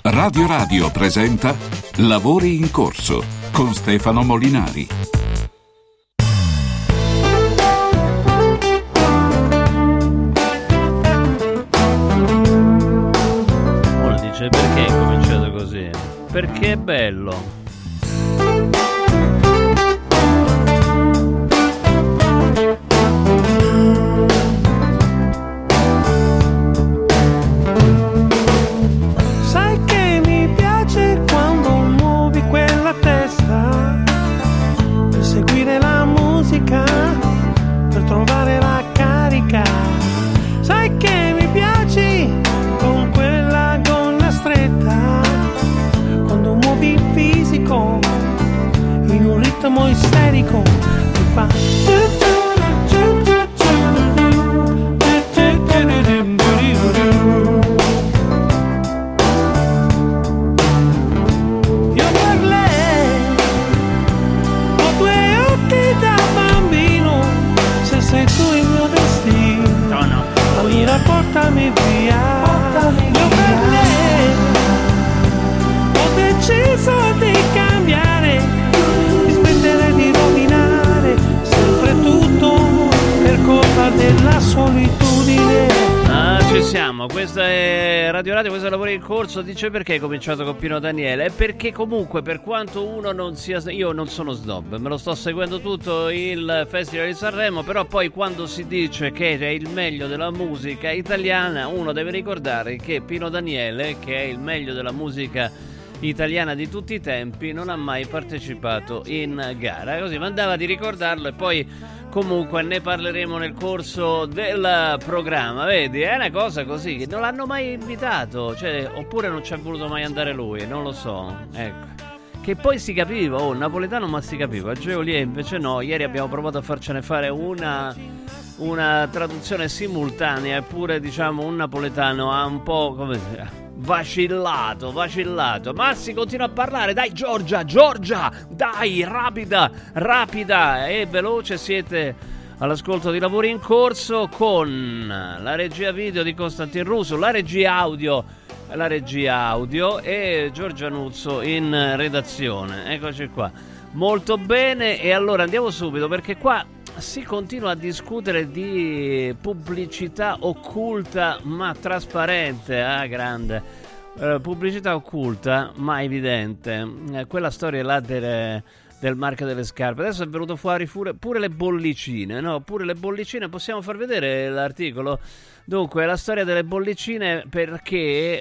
Radio Radio presenta Lavori in corso con Stefano Molinari. Uno dice: perché è cominciato così? Perché è bello. Per trovare la carica, sai che mi piaci con quella gonna stretta, quando muovi il fisico in un ritmo isterico, mi fa io per lei ho due occhi da bambino, se sei tu il mio destino, allora portami via. Io per lei ho deciso di cambiare, di smettere di rovinare sempre tutto per colpa della solitudine. Ah, ci siamo, questa è Radio Radio, questo è Lavori in corso. Dice: perché è cominciato con Pino Daniele? Perché comunque, per quanto uno non sia... Io non sono snob, me lo sto seguendo tutto il Festival di Sanremo, però poi quando si dice che è il meglio della musica italiana, uno deve ricordare che Pino Daniele, che è il meglio della musica italiana di tutti i tempi, non ha mai partecipato in gara. Così mandava di ricordarlo, e poi comunque ne parleremo nel corso del programma. Vedi, è una cosa così, che non l'hanno mai invitato, cioè, oppure non ci è voluto mai andare lui, non lo so, ecco. Che poi si capiva, napoletano, ma si capiva. A Geolier invece no. Ieri abbiamo provato a farcene fare una traduzione simultanea, eppure diciamo un napoletano ha un po', come vacillato. Ma si continua a parlare. Dai Giorgia, dai, rapida e veloce. Siete all'ascolto di Lavori in corso con la regia video di Costantin Russo, la regia audio e Giorgia Nuzzo in redazione. Eccoci qua, molto bene. E allora andiamo subito, perché qua si continua a discutere di pubblicità occulta ma trasparente. Grande pubblicità occulta ma evidente, quella storia là del marchio delle scarpe. Adesso è venuto fuori pure le bollicine, no? Pure le bollicine, possiamo far vedere l'articolo? Dunque, la storia delle bollicine, perché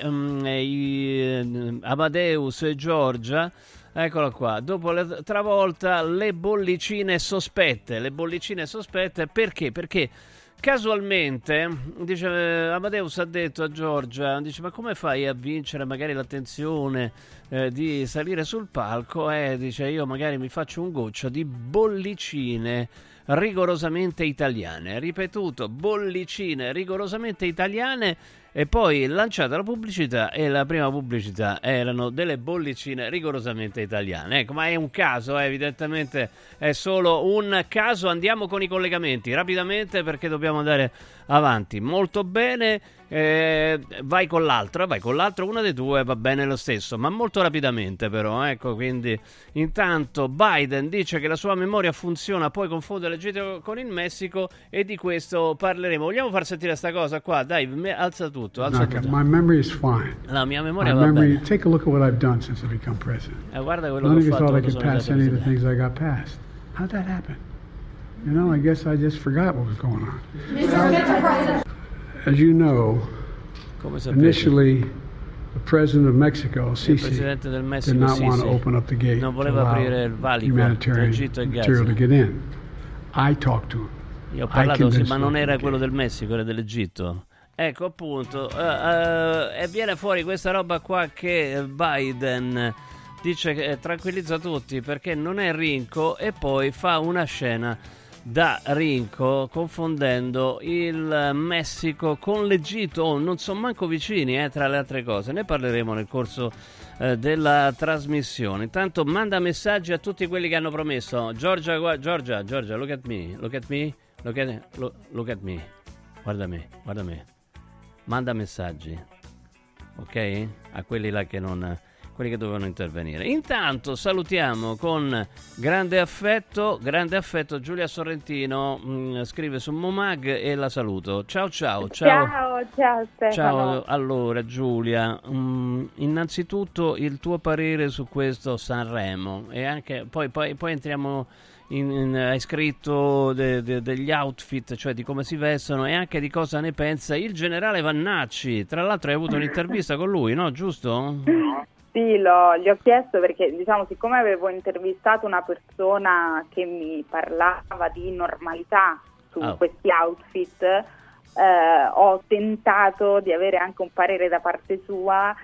Amadeus e Giorgia, eccola qua, dopo la travolta, le bollicine sospette, perché? Perché casualmente, dice, Amadeus ha detto a Giorgia, dice: ma come fai a vincere magari l'attenzione di salire sul palco? Dice: io magari mi faccio un goccio di bollicine rigorosamente italiane. Ripetuto, bollicine rigorosamente italiane. E poi lanciata la pubblicità, e la prima pubblicità erano delle bollicine rigorosamente italiane. Ecco, ma è un caso, evidentemente è solo un caso. Andiamo con i collegamenti rapidamente, perché dobbiamo andare avanti. Molto bene, vai con l'altro, una dei due va bene lo stesso, ma molto rapidamente però, ecco. Quindi intanto Biden dice che la sua memoria funziona, poi confonde l'Egitto con il Messico, e di questo parleremo. Vogliamo far sentire sta cosa qua? Dai, alza tutto. My memory is fine. La mia memoria va bene. Take a look at what I've done since I become president. Guarda quello None che ho of you fatto. thought I could pass any of the things I got passed. How'd that happen? You know, I guess I just forgot what was going on. As you know, initially the president of Mexico, Sisi, did not want to open up the gate non to voleva allow aprire il valico humanitarian Egitto e material to Gaza. get in. I talked to him. Io ho parlato, sì, ma non era quello del Messico, era dell'Egitto. Ecco, appunto, e viene fuori questa roba qua che Biden dice che tranquillizza tutti perché non è rinco, e poi fa una scena da rinco confondendo il Messico con l'Egitto. Non sono manco vicini, tra le altre cose. Ne parleremo nel corso della trasmissione. Intanto manda messaggi a tutti quelli che hanno promesso. Giorgia, look at me, look at me, look at me, guarda me. Manda messaggi. ok? A quelli là quelli che dovevano intervenire. Intanto salutiamo con grande affetto Giulia Sorrentino, scrive su Momag e la saluto. Ciao Ciao Stefano. Ciao, allora Giulia, innanzitutto il tuo parere su questo Sanremo e anche poi entriamo hai scritto degli outfit, cioè di come si vestono e anche di cosa ne pensa il generale Vannacci. Tra l'altro hai avuto un'intervista con lui, no? Giusto? Sì, gli ho chiesto perché, diciamo, siccome avevo intervistato una persona che mi parlava di normalità su questi outfit, ho tentato di avere anche un parere da parte sua,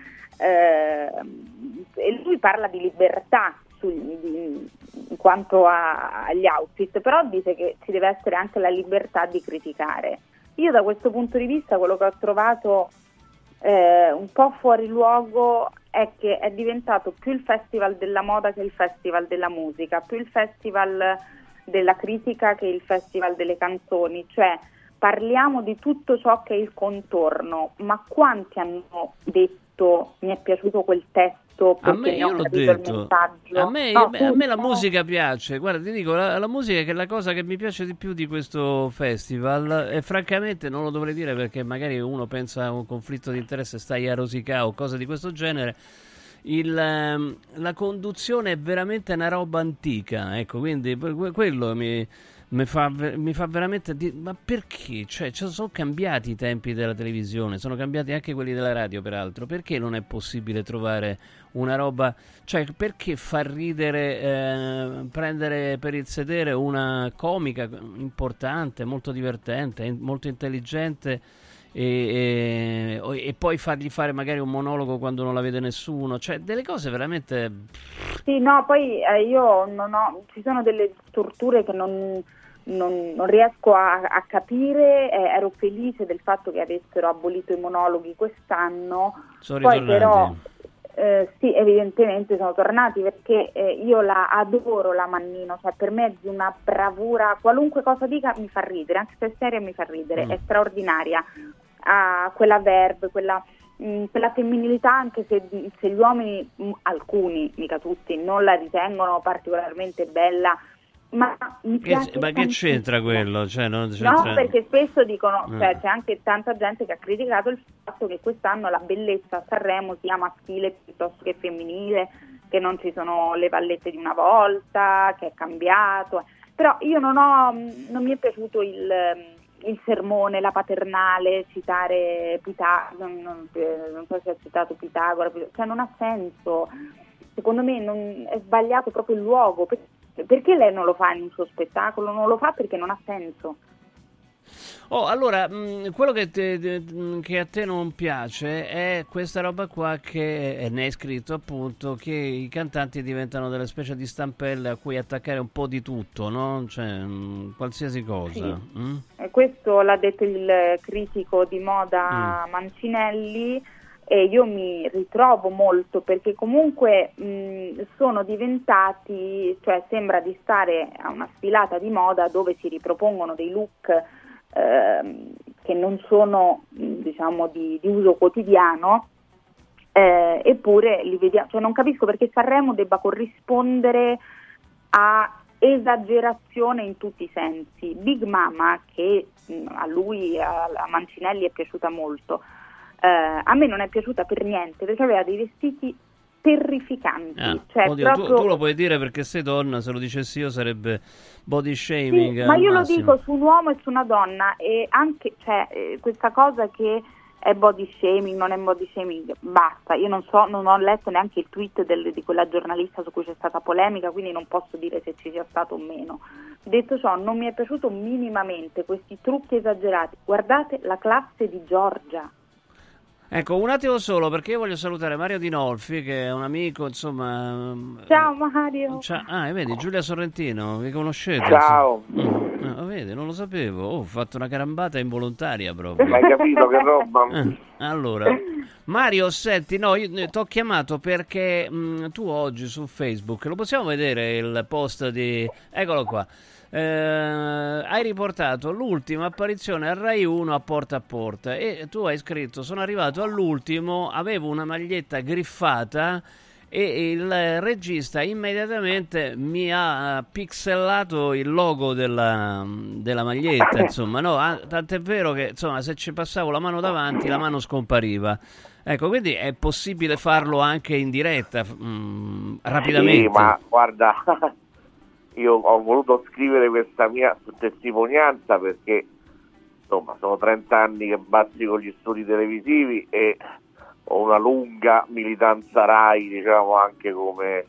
e lui parla di libertà in quanto agli outfit, però dice che ci deve essere anche la libertà di criticare. Io da questo punto di vista quello che ho trovato un po' fuori luogo è che è diventato più il festival della moda che il festival della musica, più il festival della critica che il festival delle canzoni, cioè parliamo di tutto ciò che è il contorno, ma quanti hanno detto mi è piaciuto quel testo? A me, io l'ho detto, a me la musica piace, guarda, ti dico, la musica che è la cosa che mi piace di più di questo festival, e francamente non lo dovrei dire perché magari uno pensa a un conflitto di interesse, stai a rosicare o cose di questo genere. La conduzione è veramente una roba antica, ecco, quindi quello mi fa veramente dire, ma perché? Cioè, sono cambiati i tempi della televisione, sono cambiati anche quelli della radio, peraltro. Perché non è possibile trovare una roba, cioè perché far ridere, prendere per il sedere una comica importante, molto divertente, molto intelligente e poi fargli fare magari un monologo quando non la vede nessuno, cioè delle cose veramente... Sì, no, poi io non ho, ci sono delle storture che non riesco a capire, ero felice del fatto che avessero abolito i monologhi quest'anno, poi però sì, evidentemente sono tornati perché io la adoro la Mannino, cioè per me è di una bravura, qualunque cosa dica mi fa ridere, anche se è seria mi fa ridere, è straordinaria, ha quella verve, quella femminilità, anche se gli uomini, alcuni, mica tutti, non la ritengono particolarmente bella, ma mi piace ma che c'entra quello? Cioè, non c'entra... No, perché spesso dicono, cioè c'è anche tanta gente che ha criticato il fatto che quest'anno la bellezza a Sanremo sia maschile piuttosto che femminile, che non ci sono le vallette di una volta, che è cambiato, però io non mi è piaciuto il sermone, la paternale, citare Pitagora, non so se ha citato Pitagora, cioè non ha senso, secondo me è sbagliato proprio il luogo, perché lei non lo fa in un suo spettacolo? Non lo fa perché non ha senso. Allora, quello che a te non piace è questa roba qua che ne hai scritto, appunto, che i cantanti diventano delle specie di stampelle a cui attaccare un po' di tutto, no? Cioè, qualsiasi cosa. Sì. Questo l'ha detto il critico di moda Mancinelli, e io mi ritrovo molto perché comunque sono diventati, cioè sembra di stare a una sfilata di moda dove si ripropongono dei look che non sono diciamo di uso quotidiano, eppure li vediamo, cioè non capisco perché Sanremo debba corrispondere a esagerazione in tutti i sensi. Big Mama, che a lui, a Mancinelli è piaciuta molto, a me non è piaciuta per niente perché aveva dei vestiti terrificanti, cioè oddio, proprio... tu lo puoi dire perché sei donna, se lo dicessi io sarebbe body shaming. Sì, ma io massimo. lo dico su un uomo e su una donna, e anche questa cosa che è body shaming, non è body shaming, basta. Io non ho letto neanche il tweet di quella giornalista su cui c'è stata polemica, quindi non posso dire se ci sia stato o meno. Detto ciò, non mi è piaciuto minimamente questi trucchi esagerati. Guardate la classe di Giorgia. Ecco, un attimo solo, perché io voglio salutare Mario Dinolfi, che è un amico, insomma... Ciao Mario! Vedi, Giulia Sorrentino, vi conoscete? Ciao! Vedi, non lo sapevo, ho fatto una carambata involontaria proprio. Hai capito che roba? Allora, Mario, senti, no, io ti ho chiamato perché tu oggi su Facebook, lo possiamo vedere il post di... Eccolo qua. hai riportato l'ultima apparizione a Rai 1 a Porta e tu hai scritto: sono arrivato all'ultimo, avevo una maglietta griffata e il regista immediatamente mi ha pixelato il logo della maglietta, insomma, no? Tant'è vero che, insomma, se ci passavo la mano davanti la mano scompariva. Ecco, quindi è possibile farlo anche in diretta, rapidamente. Sì, ma guarda, io ho voluto scrivere questa mia testimonianza perché, insomma, sono 30 anni che bazzico gli studi televisivi e ho una lunga militanza Rai, diciamo, anche come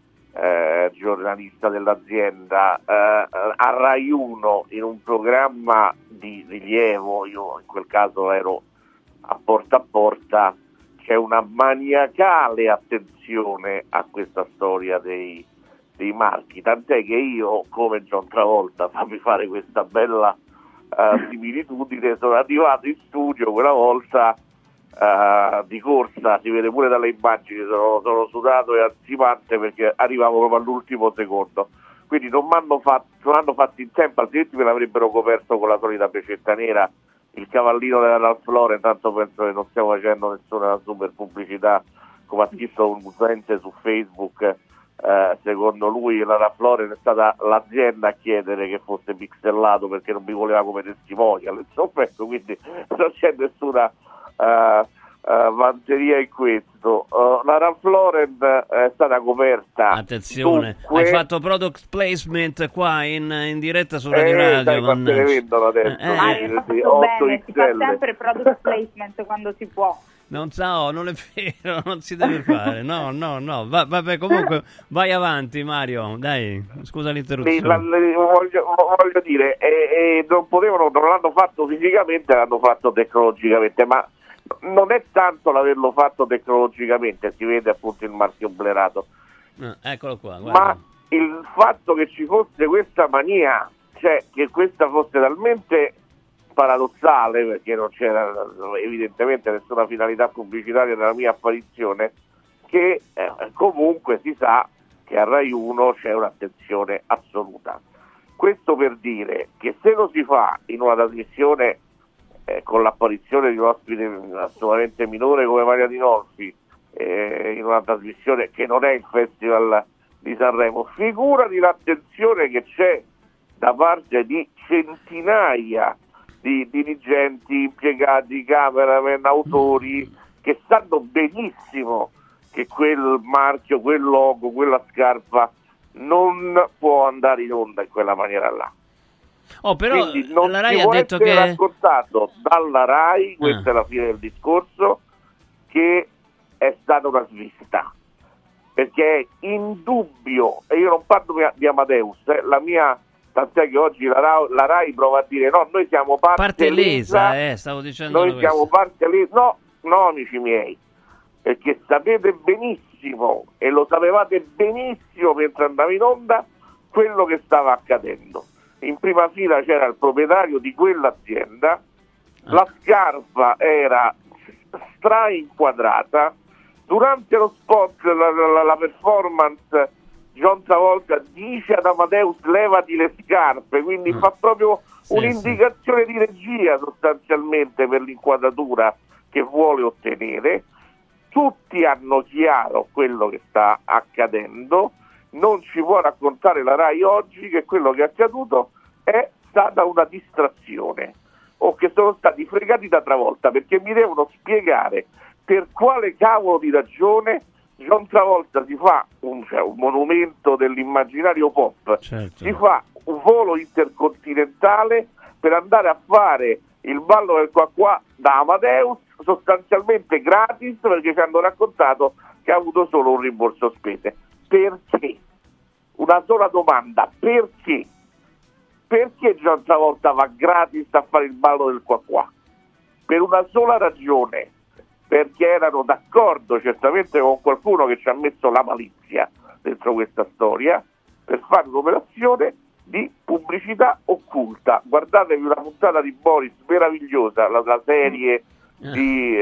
giornalista dell'azienda. A Rai 1, in un programma di rilievo, io in quel caso ero a Porta, c'è una maniacale attenzione a questa storia dei marchi, tant'è che io, come John Travolta, fammi fare questa bella similitudine, sono arrivato in studio quella volta di corsa, si vede pure dalle immagini, sono sudato e ansimante perché arrivavo proprio all'ultimo secondo, quindi non hanno fatto in tempo, altrimenti me l'avrebbero coperto con la solita pecetta nera, il cavallino della Ralph Lauren. Tanto penso che non stiamo facendo nessuna super pubblicità, come ha scritto un utente su Facebook. Secondo lui la Ralph Lauren è stata l'azienda a chiedere che fosse pixelato perché non mi voleva come testimonial, insomma, quindi non c'è nessuna vanteria in questo. La Ralph Lauren è stata coperta. Attenzione, hai fatto product placement qua in diretta su Radio Radio. Ne vendono adesso. Bene, si fa sempre product placement quando si può. Non è vero, non si deve fare. No. Vabbè, comunque vai avanti, Mario. Dai, scusa l'interruzione. Voglio dire, non l'hanno fatto fisicamente, l'hanno fatto tecnologicamente, ma non è tanto l'averlo fatto tecnologicamente, si vede appunto il marchio blerato. Eccolo qua, guarda. Ma il fatto che ci fosse questa mania, cioè che questa fosse talmente paradossale, perché non c'era evidentemente nessuna finalità pubblicitaria nella mia apparizione, che comunque si sa che a Rai 1 c'è un'attenzione assoluta. Questo per dire che se lo si fa in una trasmissione con l'apparizione di un ospite assolutamente minore come Maria Dinolfi, in una trasmissione che non è il Festival di Sanremo, figurati l'attenzione che c'è da parte di centinaia di dirigenti, impiegati, cameraman, autori, che sanno benissimo che quel marchio, quel logo, quella scarpa non può andare in onda in quella maniera là. Però quindi non la Rai si ha può detto essere che raccontato dalla Rai, questa è la fine del discorso, che è stata una svista, perché è indubbio, e io non parlo di Amadeus, la mia, tant'è che oggi la Rai prova a dire no, noi siamo parte lesa, stavo dicendo noi siamo parte lesa, no amici miei, perché sapete benissimo e lo sapevate benissimo mentre andava in onda quello che stava accadendo. In prima fila c'era il proprietario di quell'azienda, la scarpa era strainquadrata, durante lo spot la performance John Travolta dice ad Amadeus levati le scarpe, quindi fa proprio un'indicazione di regia sostanzialmente per l'inquadratura che vuole ottenere. Tutti hanno chiaro quello che sta accadendo, non ci può raccontare la Rai oggi che quello che è accaduto è stata una distrazione o che sono stati fregati da Travolta, perché mi devono spiegare per quale cavolo di ragione John Travolta si fa un monumento dell'immaginario pop, si fa un volo intercontinentale per andare a fare il ballo del qua qua da Amadeus sostanzialmente gratis, perché ci hanno raccontato che ha avuto solo un rimborso spese. Perché? Una sola domanda: perché? Perché John Travolta va gratis a fare il ballo del qua qua? Per una sola ragione: perché erano d'accordo certamente con qualcuno che ci ha messo la malizia dentro questa storia per fare un'operazione di pubblicità occulta. Guardatevi una puntata di Boris meravigliosa, la serie di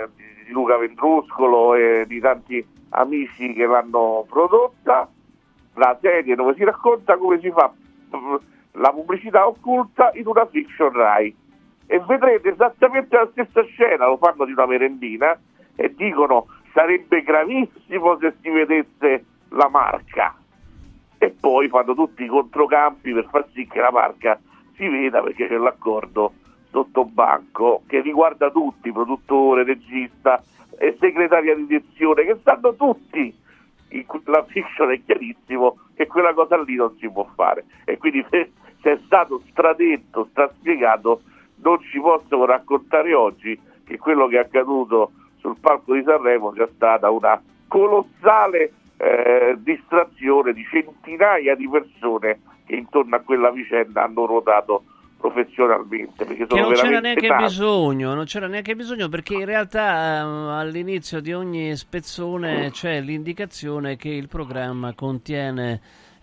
Luca Vendruscolo e di tanti amici che l'hanno prodotta, la serie dove si racconta come si fa la pubblicità occulta in una fiction Rai, e vedrete esattamente la stessa scena. Lo fanno di una merendina e dicono sarebbe gravissimo se si vedesse la marca, e poi fanno tutti i controcampi per far sì che la marca si veda, perché c'è l'accordo sotto banco che riguarda tutti, produttore, regista e segretaria di direzione, che stanno tutti in quella fiction. È chiarissimo che quella cosa lì non si può fare, e quindi se è stato stradetto, straspiegato, non ci possono raccontare oggi che quello che è accaduto sul palco di Sanremo sia stata una colossale distrazione di centinaia di persone che intorno a quella vicenda hanno ruotato professionalmente, perché sono non c'era neanche tanti. bisogno, non c'era neanche bisogno, perché in realtà all'inizio di ogni spezzone c'è l'indicazione che il programma contiene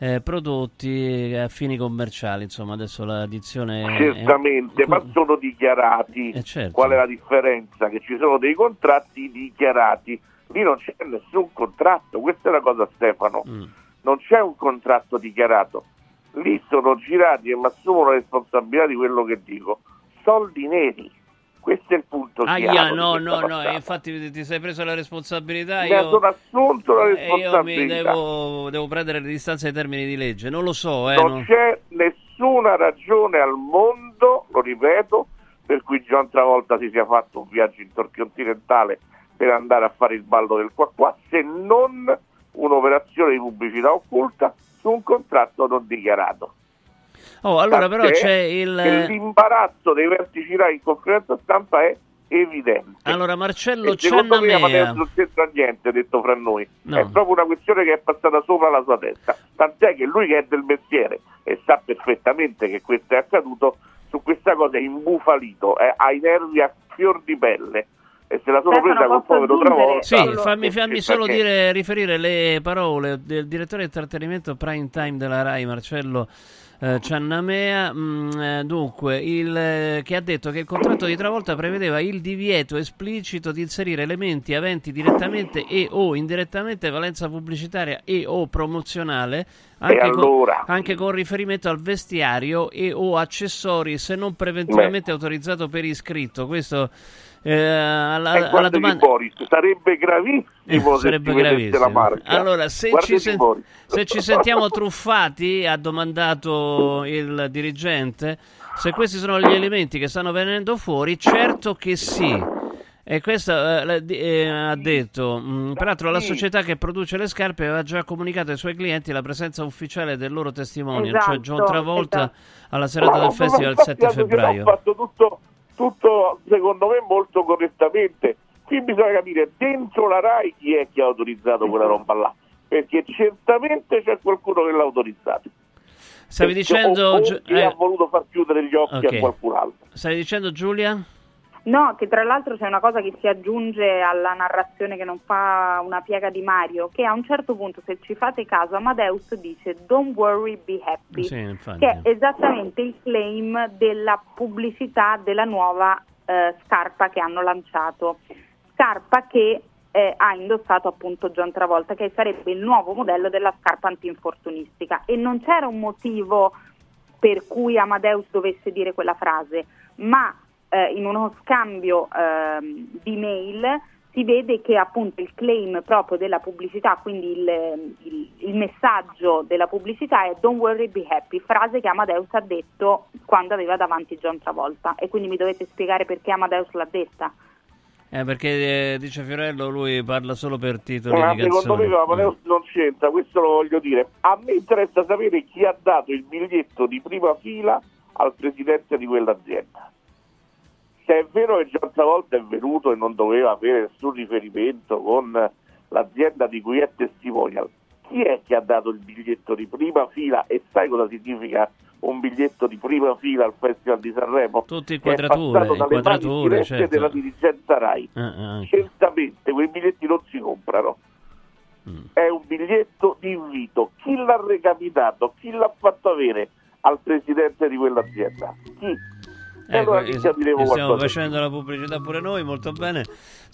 prodotti a fini commerciali, insomma adesso la dizione certamente, ma sono dichiarati. Certo. Qual è la differenza? Che ci sono dei contratti dichiarati, lì non c'è nessun contratto, questa è la cosa, Stefano, non c'è un contratto dichiarato, lì sono girati e mi assumo la responsabilità di quello che dico, soldi neri. Questo è il punto chiaro. No, infatti ti sei preso la responsabilità. Mi sono assunto la responsabilità. Io devo prendere le distanze ai termini di legge, non lo so. Non c'è nessuna ragione al mondo, lo ripeto, per cui John Travolta si sia fatto un viaggio intercontinentale per andare a fare il ballo del qua, se non un'operazione di pubblicità occulta su un contratto non dichiarato. Allora però c'è l'imbarazzo dei vertici Rai in conferenza stampa è evidente. Allora Marcello secondo me Amadeus non c'entra niente, detto fra noi, no. È proprio una questione che è passata sopra la sua testa, tant'è che lui, che è del mestiere e sa perfettamente che questo è accaduto, su questa cosa è imbufalito, ha i nervi a fior di pelle, e se la sono presa col povero Travolta. Sì, fammi solo riferire le parole del direttore di intrattenimento prime time della Rai, Marcello Ciannamea, dunque, che ha detto che il contratto di Travolta prevedeva il divieto esplicito di inserire elementi aventi direttamente e o indirettamente valenza pubblicitaria e o promozionale, anche con riferimento al vestiario e o accessori, se non preventivamente autorizzato per iscritto. Questo alla domanda Boris, sarebbe gravissimo se si vedesse la marca. Allora, se ci sentiamo truffati, ha domandato il dirigente, se questi sono gli elementi che stanno venendo fuori, certo che sì. E questo ha detto, peraltro la società che produce le scarpe aveva già comunicato ai suoi clienti la presenza ufficiale del loro testimonial, cioè John Travolta, alla serata del festival il 7 febbraio. Ha fatto tutto secondo me molto correttamente. Qui bisogna capire dentro la Rai chi è che ha autorizzato quella roba là, perché certamente c'è qualcuno che l'ha autorizzato. Stavi dicendo chi ha voluto far chiudere gli occhi a qualcun altro. Stavi dicendo, Giulia? No, che tra l'altro c'è una cosa che si aggiunge alla narrazione che non fa una piega di Mario, che a un certo punto, se ci fate caso, Amadeus dice "Don't worry, be happy", che è esattamente il claim della pubblicità della nuova scarpa che hanno lanciato, scarpa che ha indossato appunto John Travolta, che sarebbe il nuovo modello della scarpa antinfortunistica, e non c'era un motivo per cui Amadeus dovesse dire quella frase, ma in uno scambio di mail si vede che appunto il claim proprio della pubblicità, quindi il messaggio della pubblicità è "Don't worry, be happy", frase che Amadeus ha detto quando aveva davanti John Travolta, e quindi mi dovete spiegare perché Amadeus l'ha detta. Perché dice Fiorello, lui parla solo per titoli di canzoni. Secondo me Amadeus non c'entra, questo lo voglio dire. A me interessa sapere chi ha dato il biglietto di prima fila al presidente di quell'azienda. Se è vero che John Travolta è venuto e non doveva avere nessun riferimento con l'azienda di cui è testimonial, chi è che ha dato il biglietto di prima fila? E sai cosa significa un biglietto di prima fila al Festival di Sanremo? Tutte inquadrature, certo, della dirigenza Rai. Certamente quei biglietti non si comprano. È un biglietto di invito. Chi l'ha recapitato? Chi l'ha fatto avere al presidente di quell'azienda? Chi? allora stiamo facendo la pubblicità pure noi, molto bene.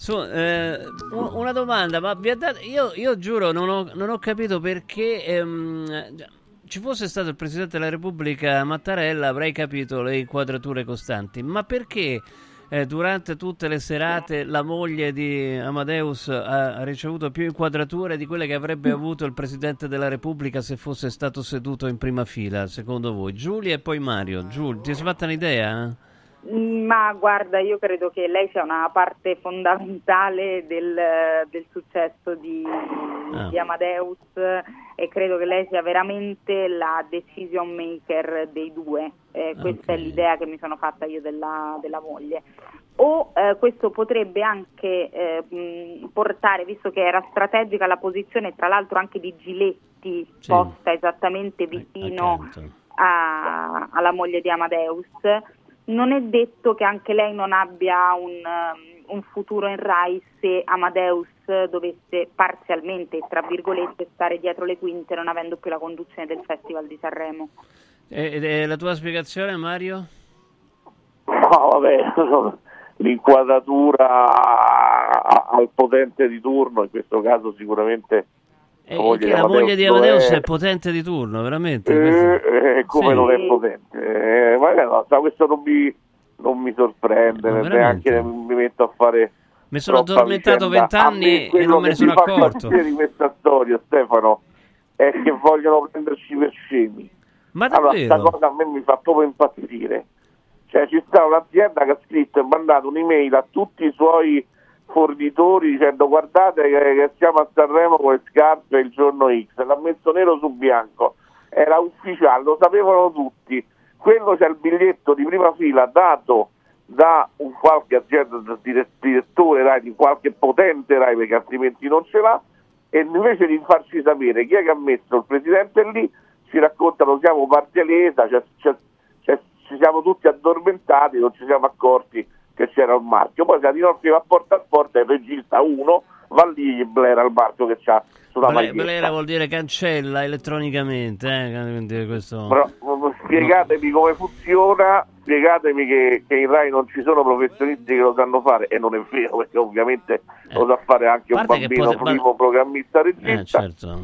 Una domanda, ma vi ha dato, io giuro non ho capito perché ci fosse stato il Presidente della Repubblica Mattarella, avrei capito le inquadrature costanti, ma perché durante tutte le serate la moglie di Amadeus ha ricevuto più inquadrature di quelle che avrebbe avuto il Presidente della Repubblica se fosse stato seduto in prima fila, secondo voi? Giulia e poi Mario. Giulia, ti sei fatta un'idea? Ma guarda, io credo che lei sia una parte fondamentale del successo di Amadeus, e credo che lei sia veramente la decision maker dei due. Questa è l'idea che mi sono fatta io della moglie. O questo potrebbe anche portare, visto che era strategica la posizione, tra l'altro anche di Giletti, posta esattamente vicino alla moglie di Amadeus, non è detto che anche lei non abbia un futuro in Rai se Amadeus dovesse parzialmente, tra virgolette, stare dietro le quinte, non avendo più la conduzione del Festival di Sanremo. E la tua spiegazione, Mario? No, vabbè, l'inquadratura al potente di turno, in questo caso sicuramente la moglie di Amadeus è potente di turno, veramente? Come non è potente? Questo non mi sorprende, neanche mi metto a fare. Mi sono addormentato 20 anni e non me ne sono accorto. Di questa storia, Stefano, è che vogliono prenderci per scemi. Ma davvero? Allora, questa cosa a me mi fa proprio impazzire. Cioè, ci sta un'azienda che ha scritto e mandato un'email a tutti i suoi fornitori dicendo: guardate che siamo a Sanremo con le scarpe il giorno X, l'ha messo nero su bianco, era ufficiale, lo sapevano tutti. Quello c'è il biglietto di prima fila dato da un qualche azienda, direttore Rai, di qualche potente Rai, perché altrimenti non ce l'ha, e invece di farci sapere chi è che ha messo il presidente lì, ci raccontano siamo parte lesa, ci siamo tutti addormentati, non ci siamo accorti che c'era un marchio. Poi Catinoffi va a porta e il regista uno va lì e blera il marchio che c'ha sulla maglietta. Blera vuol dire cancella elettronicamente, questo. Però, spiegatemi come funziona, spiegatemi che in Rai non ci sono professionisti che lo sanno fare, e non è vero, perché ovviamente lo sa fare anche un bambino primo programmista regista, certo.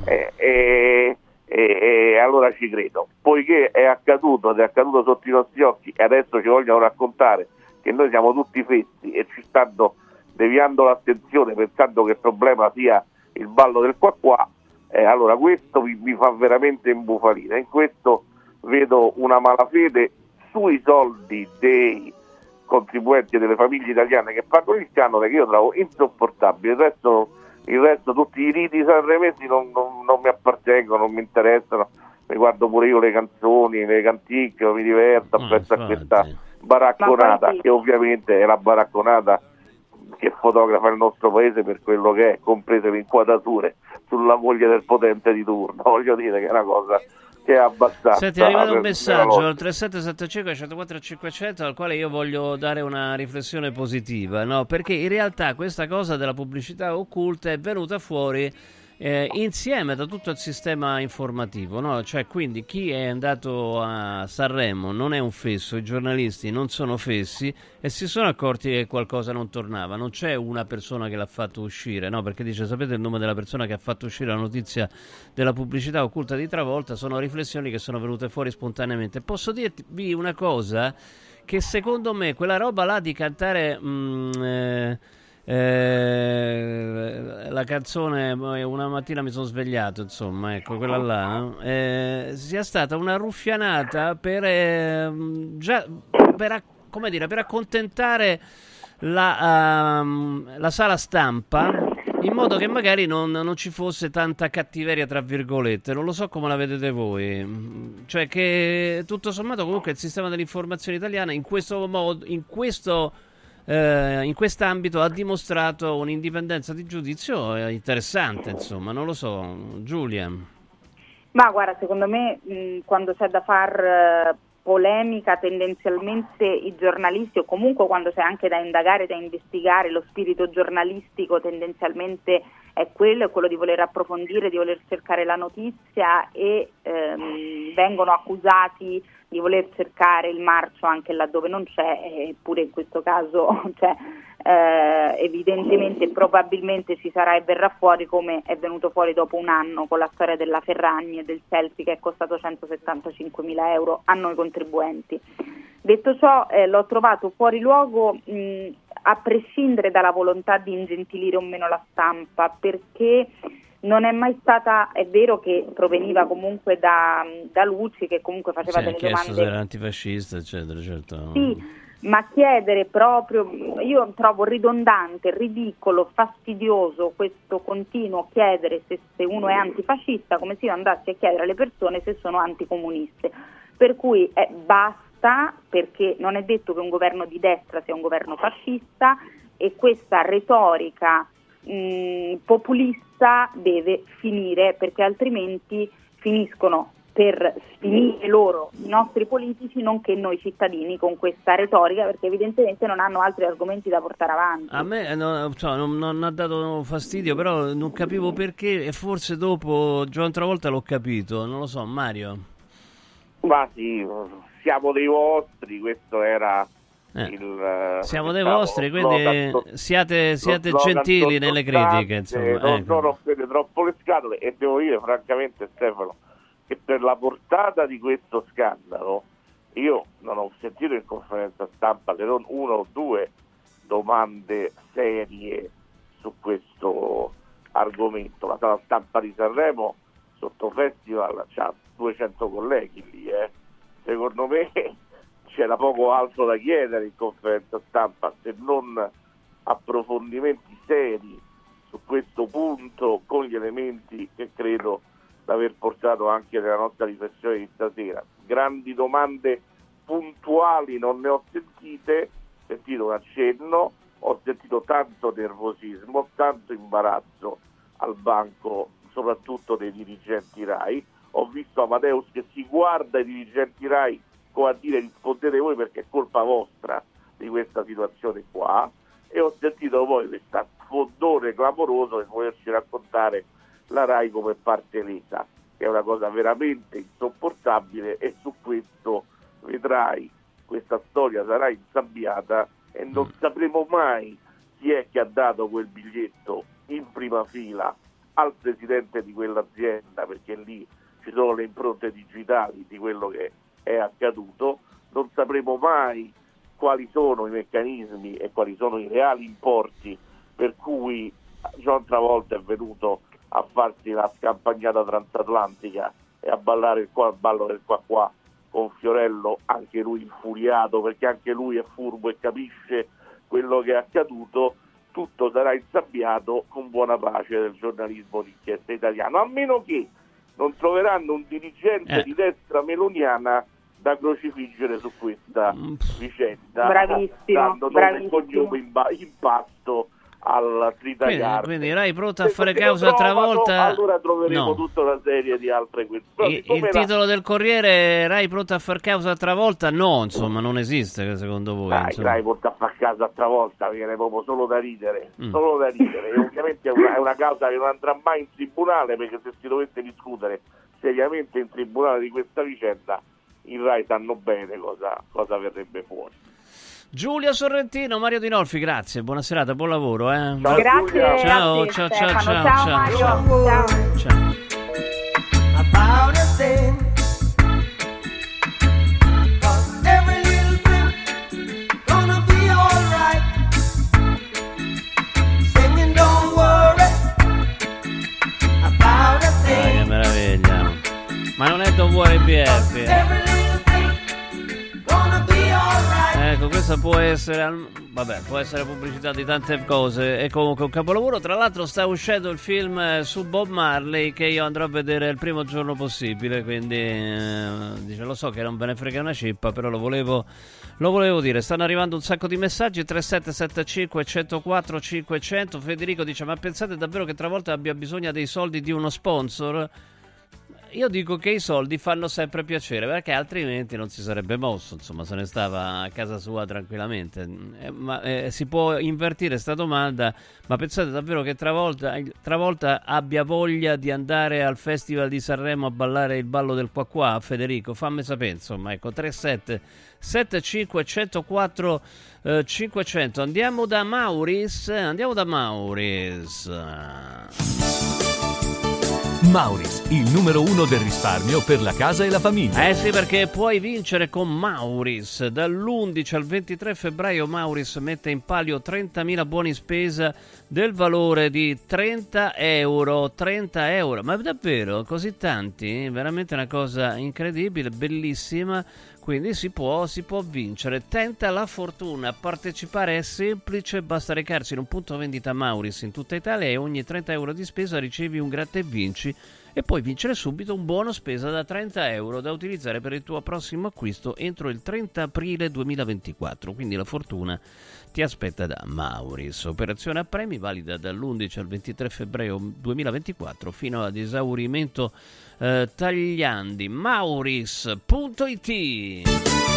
E allora ci credo, poiché è accaduto sotto i nostri occhi, e adesso ci vogliono raccontare che noi siamo tutti fessi e ci stanno deviando l'attenzione pensando che il problema sia il ballo del qua, allora questo mi fa veramente imbufalire. In questo vedo una malafede sui soldi dei contribuenti e delle famiglie italiane che pagano il canone, che io trovo insopportabile. Il resto tutti i riti sanremesi non mi appartengono, non mi interessano, mi guardo pure io le canzoni, le canticchie, mi diverto, penso a questa baracconata, che ovviamente è la baracconata che fotografa il nostro paese per quello che è, comprese le inquadrature sulla moglie del potente di turno. Voglio dire che è una cosa che è abbastanza. Senti, è arrivato un messaggio al 3775 104 500 al quale io voglio dare una riflessione positiva, no? Perché in realtà questa cosa della pubblicità occulta è venuta fuori insieme da tutto il sistema informativo, no? Cioè, quindi chi è andato a Sanremo non è un fesso, i giornalisti non sono fessi e si sono accorti che qualcosa non tornava. Non c'è una persona che l'ha fatto uscire, no? Perché dice: sapete il nome della persona che ha fatto uscire la notizia della pubblicità occulta di Travolta? Sono riflessioni che sono venute fuori spontaneamente. Posso dirvi una cosa, che secondo me quella roba là di cantare la canzone Una mattina mi sono svegliato, insomma, ecco, quella là sia stata una ruffianata per accontentare la sala stampa, in modo che magari non ci fosse tanta cattiveria, tra virgolette. Non lo so come la vedete voi, cioè che tutto sommato comunque il sistema dell'informazione italiana in questo modo, in quest'ambito ha dimostrato un'indipendenza di giudizio interessante, insomma, non lo so, Giulia. Ma guarda, secondo me quando c'è da far polemica tendenzialmente i giornalisti, o comunque quando c'è anche da indagare, da investigare, lo spirito giornalistico tendenzialmente è quello di voler approfondire, di voler cercare la notizia, e vengono accusati di voler cercare il marcio anche laddove non c'è, eppure in questo caso c'è. Evidentemente, probabilmente ci sarà e verrà fuori, come è venuto fuori dopo un anno con la storia della Ferragni e del selfie che è costato 175.000 euro a noi contribuenti. Detto ciò, l'ho trovato fuori luogo a prescindere dalla volontà di ingentilire o meno la stampa, perché non è mai stata, è vero che proveniva comunque da Lucci, che comunque faceva delle domande, se era antifascista eccetera, certo. Sì, ma chiedere proprio, io trovo ridondante, ridicolo, fastidioso questo continuo chiedere se uno è antifascista, come se io andassi a chiedere alle persone se sono anticomuniste, per cui basta, perché non è detto che un governo di destra sia un governo fascista, e questa retorica populista deve finire, perché altrimenti finiscono per sfinire loro, i nostri politici, nonché noi cittadini, con questa retorica, perché evidentemente non hanno altri argomenti da portare avanti. A me non ha dato fastidio, però non capivo perché, e forse dopo John Travolta l'ho capito, non lo so. Mario? Ma sì, siamo dei vostri, questo era siamo dei vostri, quindi siate gentili nelle critiche, insomma. Non rompete troppo le scatole, e devo dire francamente, Stefano, che per la portata di questo scandalo io non ho sentito in conferenza stampa se non 1 o 2 domande serie su questo argomento. La sala stampa di Sanremo sotto festival c'ha 200 colleghi lì, secondo me c'era poco altro da chiedere in conferenza stampa, se non approfondimenti seri su questo punto, con gli elementi che credo d'aver portato anche nella nostra riflessione di stasera. Grandi domande puntuali non ne ho sentite, ho sentito un accenno, ho sentito tanto nervosismo, tanto imbarazzo al banco, soprattutto dei dirigenti RAI. Ho visto Amadeus che si guarda i dirigenti RAI come a dire: rispondete voi perché è colpa vostra di questa situazione qua, e ho sentito poi questo fondore clamoroso di volerci raccontare la RAI come parte lesa, che è una cosa veramente insopportabile, e su questo vedrai, questa storia sarà insabbiata e non sapremo mai chi è che ha dato quel biglietto in prima fila al presidente di quell'azienda, perché lì ci sono le impronte digitali di quello che è accaduto. Non sapremo mai quali sono i meccanismi e quali sono i reali importi per cui John Travolta è venuto a farsi la scampagnata transatlantica e a ballare il ballo del qua qua con Fiorello, anche lui infuriato perché anche lui è furbo e capisce quello che è accaduto. Tutto sarà insabbiato con buona pace del giornalismo di inchiesta italiano, a meno che non troveranno un dirigente di destra meloniana da crocifiggere su questa vicenda, dando nome e cognome in pasto al Tritagliar. Quindi Rai pronta a fare causa Travolta? Allora troveremo tutta una serie di altre questioni. Il titolo del Corriere: Rai pronta a far causa a Travolta? No, insomma, non esiste secondo voi. Rai pronta a far causa a Travolta viene proprio solo da ridere, solo da ridere. E ovviamente è una causa che non andrà mai in tribunale, perché se si dovesse discutere seriamente in tribunale di questa vicenda, i Rai sanno bene cosa verrebbe fuori. Giulia Sorrentino, Mario Dinolfi, grazie, buona serata, buon lavoro. Ciao, grazie. Ciao. Ciao Mario. Ciao. About a thing. Every little thing gonna be alright. Singing don't worry about a thing. Che meraviglia. Ma non è Don't Worry BF. Ecco, questa può essere pubblicità di tante cose. È comunque un capolavoro. Tra l'altro sta uscendo il film su Bob Marley, che io andrò a vedere il primo giorno possibile, quindi lo so che non ve ne frega una cippa, però lo volevo dire. Stanno arrivando un sacco di messaggi. 3775 104 500. Federico dice: ma pensate davvero che Travolta abbia bisogno dei soldi di uno sponsor? io dico che i soldi fanno sempre piacere, perché altrimenti non si sarebbe mosso, insomma, se ne stava a casa sua tranquillamente. Ma si può invertire sta domanda, ma pensate davvero che Travolta abbia voglia di andare al Festival di Sanremo a ballare il ballo del qua qua? Federico, fammi sapere, insomma, ecco, 3775 104 500. Andiamo da Mauris. Mauris, il numero 1 del risparmio per la casa e la famiglia. Sì, perché puoi vincere con Mauris. Dall'11 al 23 febbraio Mauris mette in palio 30.000 buoni spesa del valore di 30 euro. 30 euro, ma davvero così tanti? Veramente una cosa incredibile, bellissima. Quindi si può vincere. Tenta la fortuna. Partecipare è semplice, basta recarsi in un punto vendita Mauris in tutta Italia e ogni 30 euro di spesa ricevi un gratta e vinci e puoi vincere subito un buono spesa da 30 euro da utilizzare per il tuo prossimo acquisto entro il 30 aprile 2024. Quindi la fortuna ti aspetta da Mauris. Operazione a premi valida dall'11 al 23 febbraio 2024 fino ad esaurimento tagliandi. Mauris.it.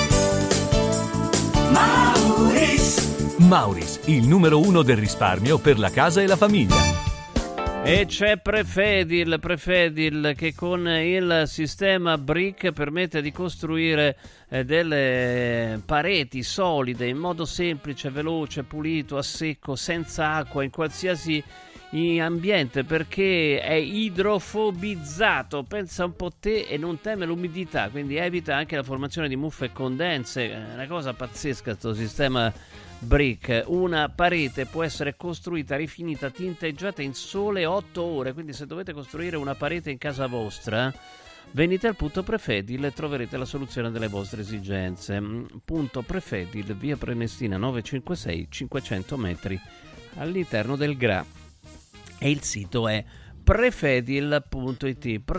Mauris, il numero 1 del risparmio per la casa e la famiglia. E c'è Prefedil che con il sistema Brick permette di costruire delle pareti solide in modo semplice, veloce, pulito, a secco, senza acqua, in qualsiasi ambiente, perché è idrofobizzato, pensa un po' te, e non teme l'umidità, quindi evita anche la formazione di muffe e condense. È una cosa pazzesca questo sistema Brick. Una parete può essere costruita, rifinita, tinteggiata in sole 8 ore, quindi se dovete costruire una parete in casa vostra venite al punto Prefedil e troverete la soluzione delle vostre esigenze. Punto Prefedil, via Prenestina 956, 500 metri all'interno del GRA. E il sito è prefedil.it.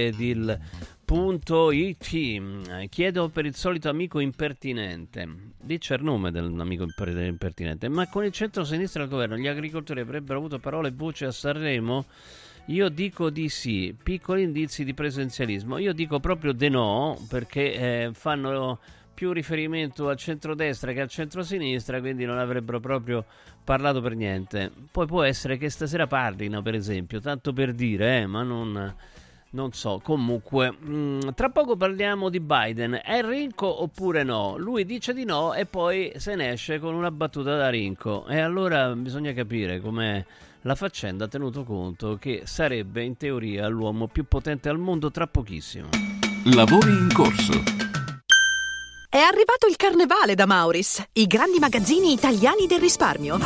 Chiedo per il solito amico impertinente. Dice il nome dell'amico impertinente. Ma con il centro-sinistra al governo gli agricoltori avrebbero avuto parole e voce a Sanremo? Io dico di sì. Piccoli indizi di presenzialismo. Io dico proprio di no, perché fanno più riferimento al centrodestra che al centrosinistra, quindi non avrebbero proprio parlato per niente. Poi può essere che stasera parlino, per esempio, tanto per dire, ma non so. Comunque, tra poco parliamo di Biden. È Rinco oppure no? Lui dice di no e poi se ne esce con una battuta da Rinco, e allora bisogna capire com'è la faccenda, tenuto conto che sarebbe in teoria l'uomo più potente al mondo tra pochissimo. Lavori in corso. È arrivato il carnevale da Mauris, i grandi magazzini italiani del risparmio.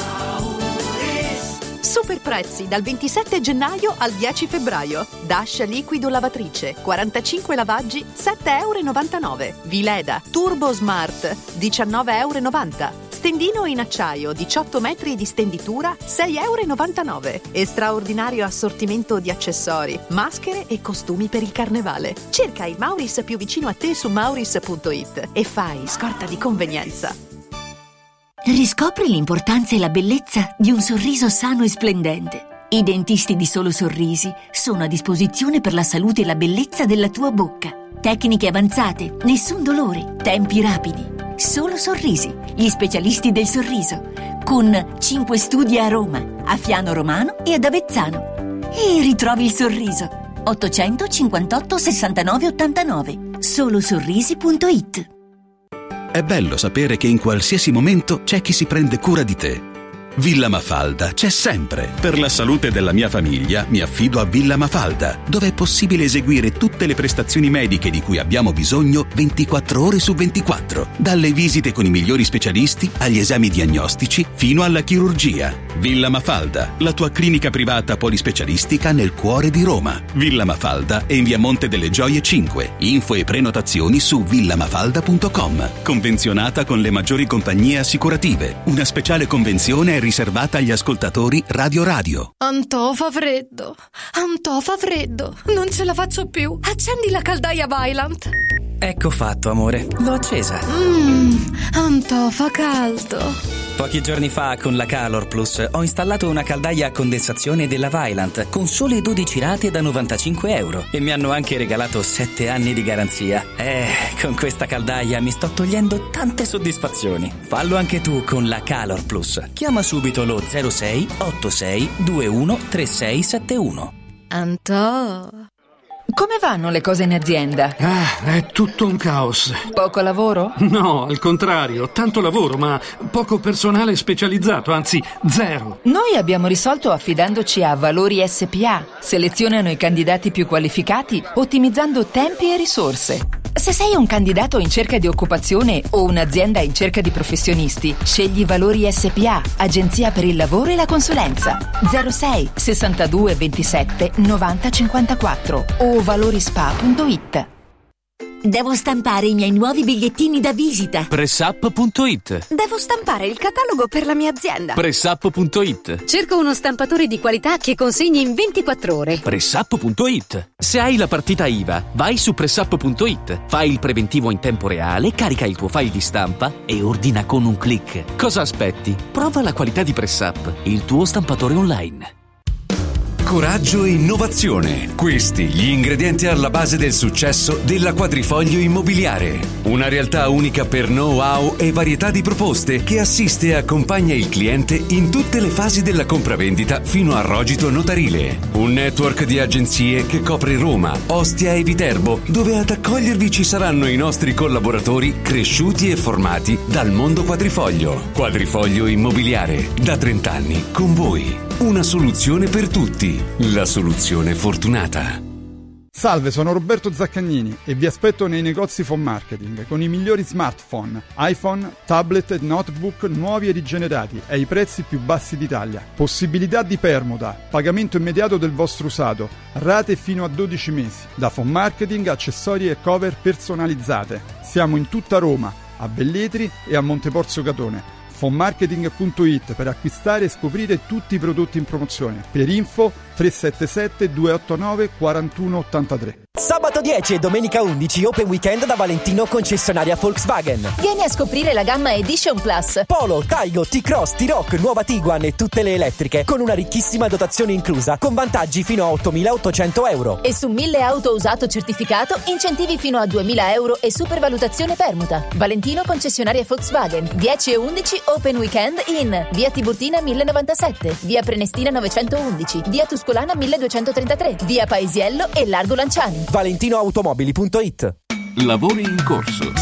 Super prezzi dal 27 gennaio al 10 febbraio. Dash liquido lavatrice, 45 lavaggi, 7,99 €. Vileda Turbo Smart, 19,90 €. Stendino in acciaio, 18 metri di stenditura, 6,99 €. E straordinario assortimento di accessori, maschere e costumi per il carnevale. Cerca il Mauris più vicino a te su mauris.it e fai scorta di convenienza. Riscopri l'importanza e la bellezza di un sorriso sano e splendente. I dentisti di Solo Sorrisi sono a disposizione per la salute e la bellezza della tua bocca. Tecniche avanzate, nessun dolore, tempi rapidi. Solo Sorrisi, gli specialisti del sorriso, con 5 studi a Roma, a Fiano Romano e ad Avezzano. E ritrovi il sorriso. 858 69 89. Solosorrisi.it. È bello sapere che in qualsiasi momento c'è chi si prende cura di te. Villa Mafalda c'è sempre. Per la salute della mia famiglia mi affido a Villa Mafalda, dove è possibile eseguire tutte le prestazioni mediche di cui abbiamo bisogno 24 ore su 24. Dalle visite con i migliori specialisti agli esami diagnostici fino alla chirurgia. Villa Mafalda, la tua clinica privata polispecialistica nel cuore di Roma. Villa Mafalda è in via Monte delle Gioie 5. Info e prenotazioni su villamafalda.com. Convenzionata con le maggiori compagnie assicurative. Una speciale convenzione è riservata agli ascoltatori Radio. Antò fa freddo, non ce la faccio più. Accendi la caldaia Vaillant. Ecco fatto, amore, l'ho accesa. Antò fa caldo. Pochi giorni fa con la Calor Plus ho installato una caldaia a condensazione della Vaillant con sole 12 rate da €95 e mi hanno anche regalato 7 anni di garanzia. Con questa caldaia mi sto togliendo tante soddisfazioni. Fallo anche tu con la Calor Plus. Chiama subito lo 06 86 21 3671. Antò, come vanno le cose in azienda? È tutto un caos. Poco lavoro? No, al contrario, tanto lavoro, ma poco personale specializzato, anzi zero. Noi abbiamo risolto affidandoci a Valori SPA. Selezionano i candidati più qualificati, ottimizzando tempi e risorse. Se sei un candidato in cerca di occupazione o un'azienda in cerca di professionisti, scegli Valori SPA, agenzia per il lavoro e la consulenza. 06 62 27 90 54 o valorispa.it. Devo stampare i miei nuovi bigliettini da visita. Pressup.it. Devo stampare il catalogo per la mia azienda. Pressup.it. Cerco uno stampatore di qualità che consegni in 24 ore. Pressup.it. Se hai la partita IVA, vai su Pressup.it, fai il preventivo in tempo reale, carica il tuo file di stampa e ordina con un click. Cosa aspetti? Prova la qualità di Pressup, il tuo stampatore online. Coraggio e innovazione. Questi gli ingredienti alla base del successo della Quadrifoglio Immobiliare. Una realtà unica per know-how e varietà di proposte che assiste e accompagna il cliente in tutte le fasi della compravendita fino al rogito notarile. Un network di agenzie che copre Roma, Ostia e Viterbo, dove ad accogliervi ci saranno i nostri collaboratori cresciuti e formati dal mondo Quadrifoglio. Quadrifoglio Immobiliare, da 30 anni con voi. Una soluzione per tutti. La soluzione fortunata. Salve, sono Roberto Zaccagnini e vi aspetto nei negozi Phone Marketing con i migliori smartphone, iPhone, tablet e notebook nuovi e rigenerati ai prezzi più bassi d'Italia. Possibilità di permuta, pagamento immediato del vostro usato, rate fino a 12 mesi. Da Phone Marketing, accessori e cover personalizzate. Siamo in tutta Roma, a Velletri e a Monteporzio Catone. Fonmarketing.it per acquistare e scoprire tutti i prodotti in promozione. Per info 377 289 4183. Sabato 10 e domenica 11 Open Weekend da Valentino concessionaria Volkswagen. Vieni a scoprire la gamma Edition Plus. Polo, Taigo, T-Cross, T-Rock, nuova Tiguan e tutte le elettriche con una ricchissima dotazione inclusa con vantaggi fino a 8.800 euro. E su 1.000 auto usato certificato incentivi fino a 2.000 euro e supervalutazione permuta. Valentino concessionaria Volkswagen. 10 e 11 Open Weekend in via Tiburtina 1097, via Prenestina 911, via Tuscolana 1233, via Paesiello e Largo Lanciani. ValentinoAutomobili.it. Lavori in corso.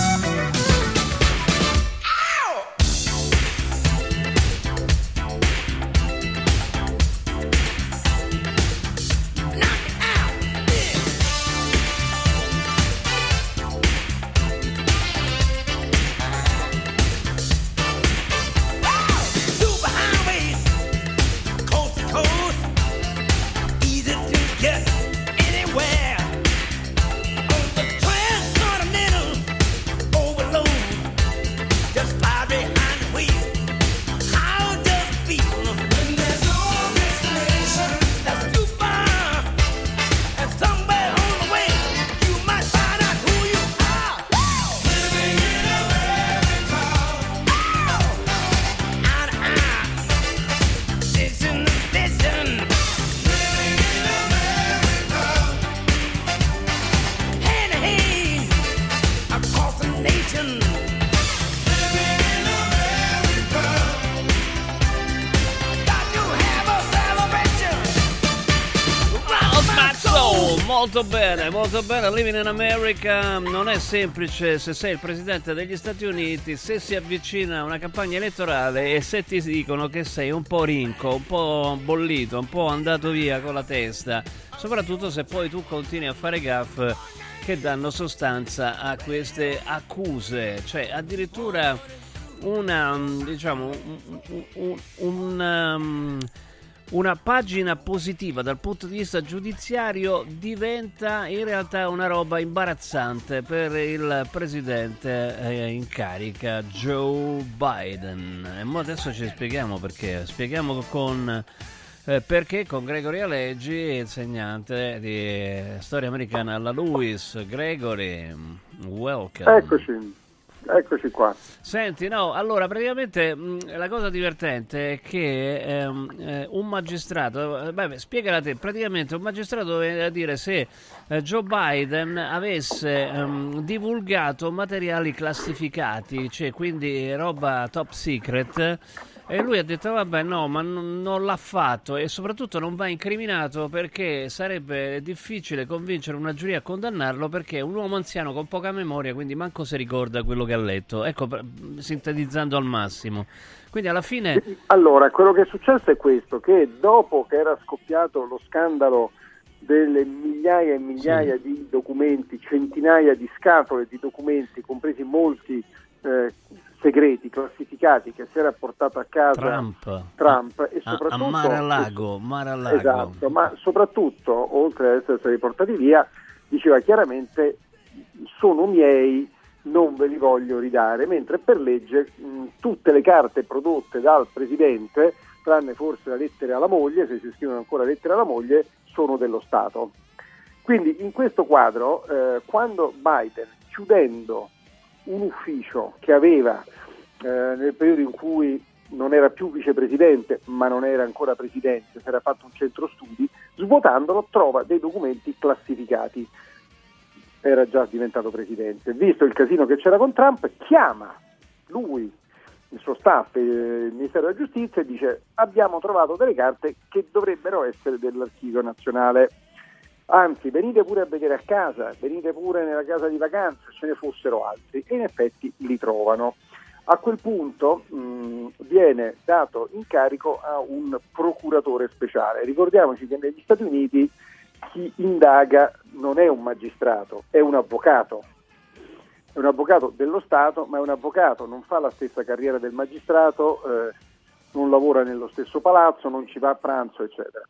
Molto bene, Living in America. Non è semplice se sei il presidente degli Stati Uniti, se si avvicina una campagna elettorale e se ti dicono che sei un po' rinco, un po' bollito, un po' andato via con la testa, soprattutto se poi tu continui a fare gaffe che danno sostanza a queste accuse, cioè addirittura una pagina positiva dal punto di vista giudiziario diventa in realtà una roba imbarazzante per il presidente in carica Joe Biden. E mo adesso ci spieghiamo perché. Spieghiamo perché con Gregory Aleggi, insegnante di storia americana alla Lewis. Gregory, welcome. Eccoci. Eccoci qua. Senti, no, allora praticamente la cosa divertente è che un magistrato, spiegala te, praticamente un magistrato doveva dire se Joe Biden avesse divulgato materiali classificati, cioè quindi roba top secret. E lui ha detto vabbè no, ma non l'ha fatto e soprattutto non va incriminato perché sarebbe difficile convincere una giuria a condannarlo perché è un uomo anziano con poca memoria, quindi manco si ricorda quello che ha letto, ecco, sintetizzando al massimo. Quindi alla fine... Allora, quello che è successo è questo, che dopo che era scoppiato lo scandalo delle migliaia e migliaia di documenti, centinaia di scatole di documenti, compresi molti segreti, classificati, che si era portato a casa Trump e soprattutto a Mar-a-Lago. Esatto, ma soprattutto, oltre ad essere riportati via, diceva chiaramente sono miei, non ve li voglio ridare, mentre per legge tutte le carte prodotte dal presidente, tranne forse la lettera alla moglie, se si scrivono ancora lettere alla moglie, sono dello Stato. Quindi in questo quadro, quando Biden, chiudendo un ufficio che aveva nel periodo in cui non era più vicepresidente ma non era ancora presidente, si era fatto un centro studi, svuotandolo trova dei documenti classificati, era già diventato presidente. Visto il casino che c'era con Trump, chiama lui, il suo staff, il Ministero della Giustizia, e dice abbiamo trovato delle carte che dovrebbero essere dell'Archivio Nazionale. Anzi, venite pure a vedere a casa, venite pure nella casa di vacanza, ce ne fossero altri, e in effetti li trovano. A quel punto viene dato incarico a un procuratore speciale. Ricordiamoci che negli Stati Uniti chi indaga non è un magistrato, è un avvocato. È un avvocato dello Stato, ma è un avvocato, non fa la stessa carriera del magistrato, non lavora nello stesso palazzo, non ci va a pranzo, eccetera.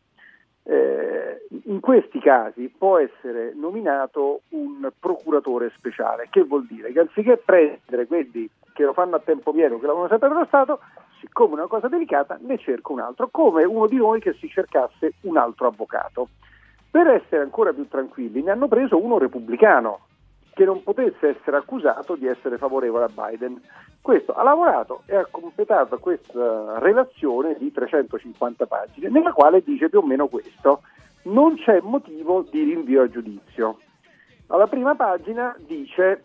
In questi casi può essere nominato un procuratore speciale, che vuol dire che anziché prendere quelli che lo fanno a tempo pieno, che lavorano sempre per lo Stato, siccome è una cosa delicata ne cerca un altro, come uno di noi che si cercasse un altro avvocato. Per essere ancora più tranquilli ne hanno preso uno repubblicano che non potesse essere accusato di essere favorevole a Biden. Questo ha lavorato e ha completato questa relazione di 350 pagine, nella quale dice più o meno questo: non c'è motivo di rinvio a giudizio. Alla prima pagina dice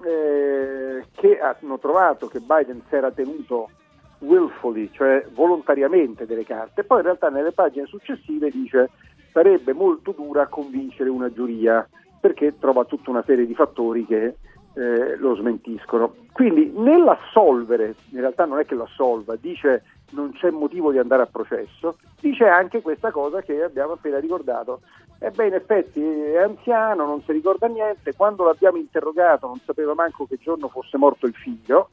che hanno trovato che Biden si era tenuto willfully, cioè volontariamente, delle carte, poi in realtà nelle pagine successive dice sarebbe molto dura convincere una giuria, perché trova tutta una serie di fattori che lo smentiscono. Quindi nell'assolvere, in realtà non è che lo assolva, dice non c'è motivo di andare a processo, dice anche questa cosa che abbiamo appena ricordato. In effetti è anziano, non si ricorda niente, quando l'abbiamo interrogato non sapeva manco che giorno fosse morto il figlio,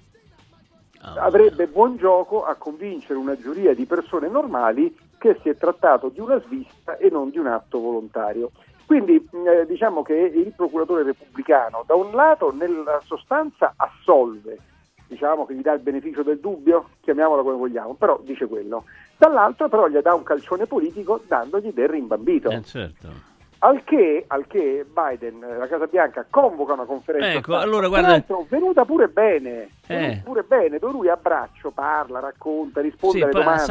avrebbe buon gioco a convincere una giuria di persone normali che si è trattato di una svista e non di un atto volontario. Quindi diciamo che il procuratore repubblicano da un lato nella sostanza assolve, diciamo che gli dà il beneficio del dubbio, chiamiamola come vogliamo, però dice quello, dall'altro però gli dà un calcione politico dandogli del rimbambito. Certo. Al che Biden, la Casa Bianca, convoca una conferenza. Ecco, allora guarda, venuta pure bene, dove lui a braccio parla, racconta, risponde alle domande.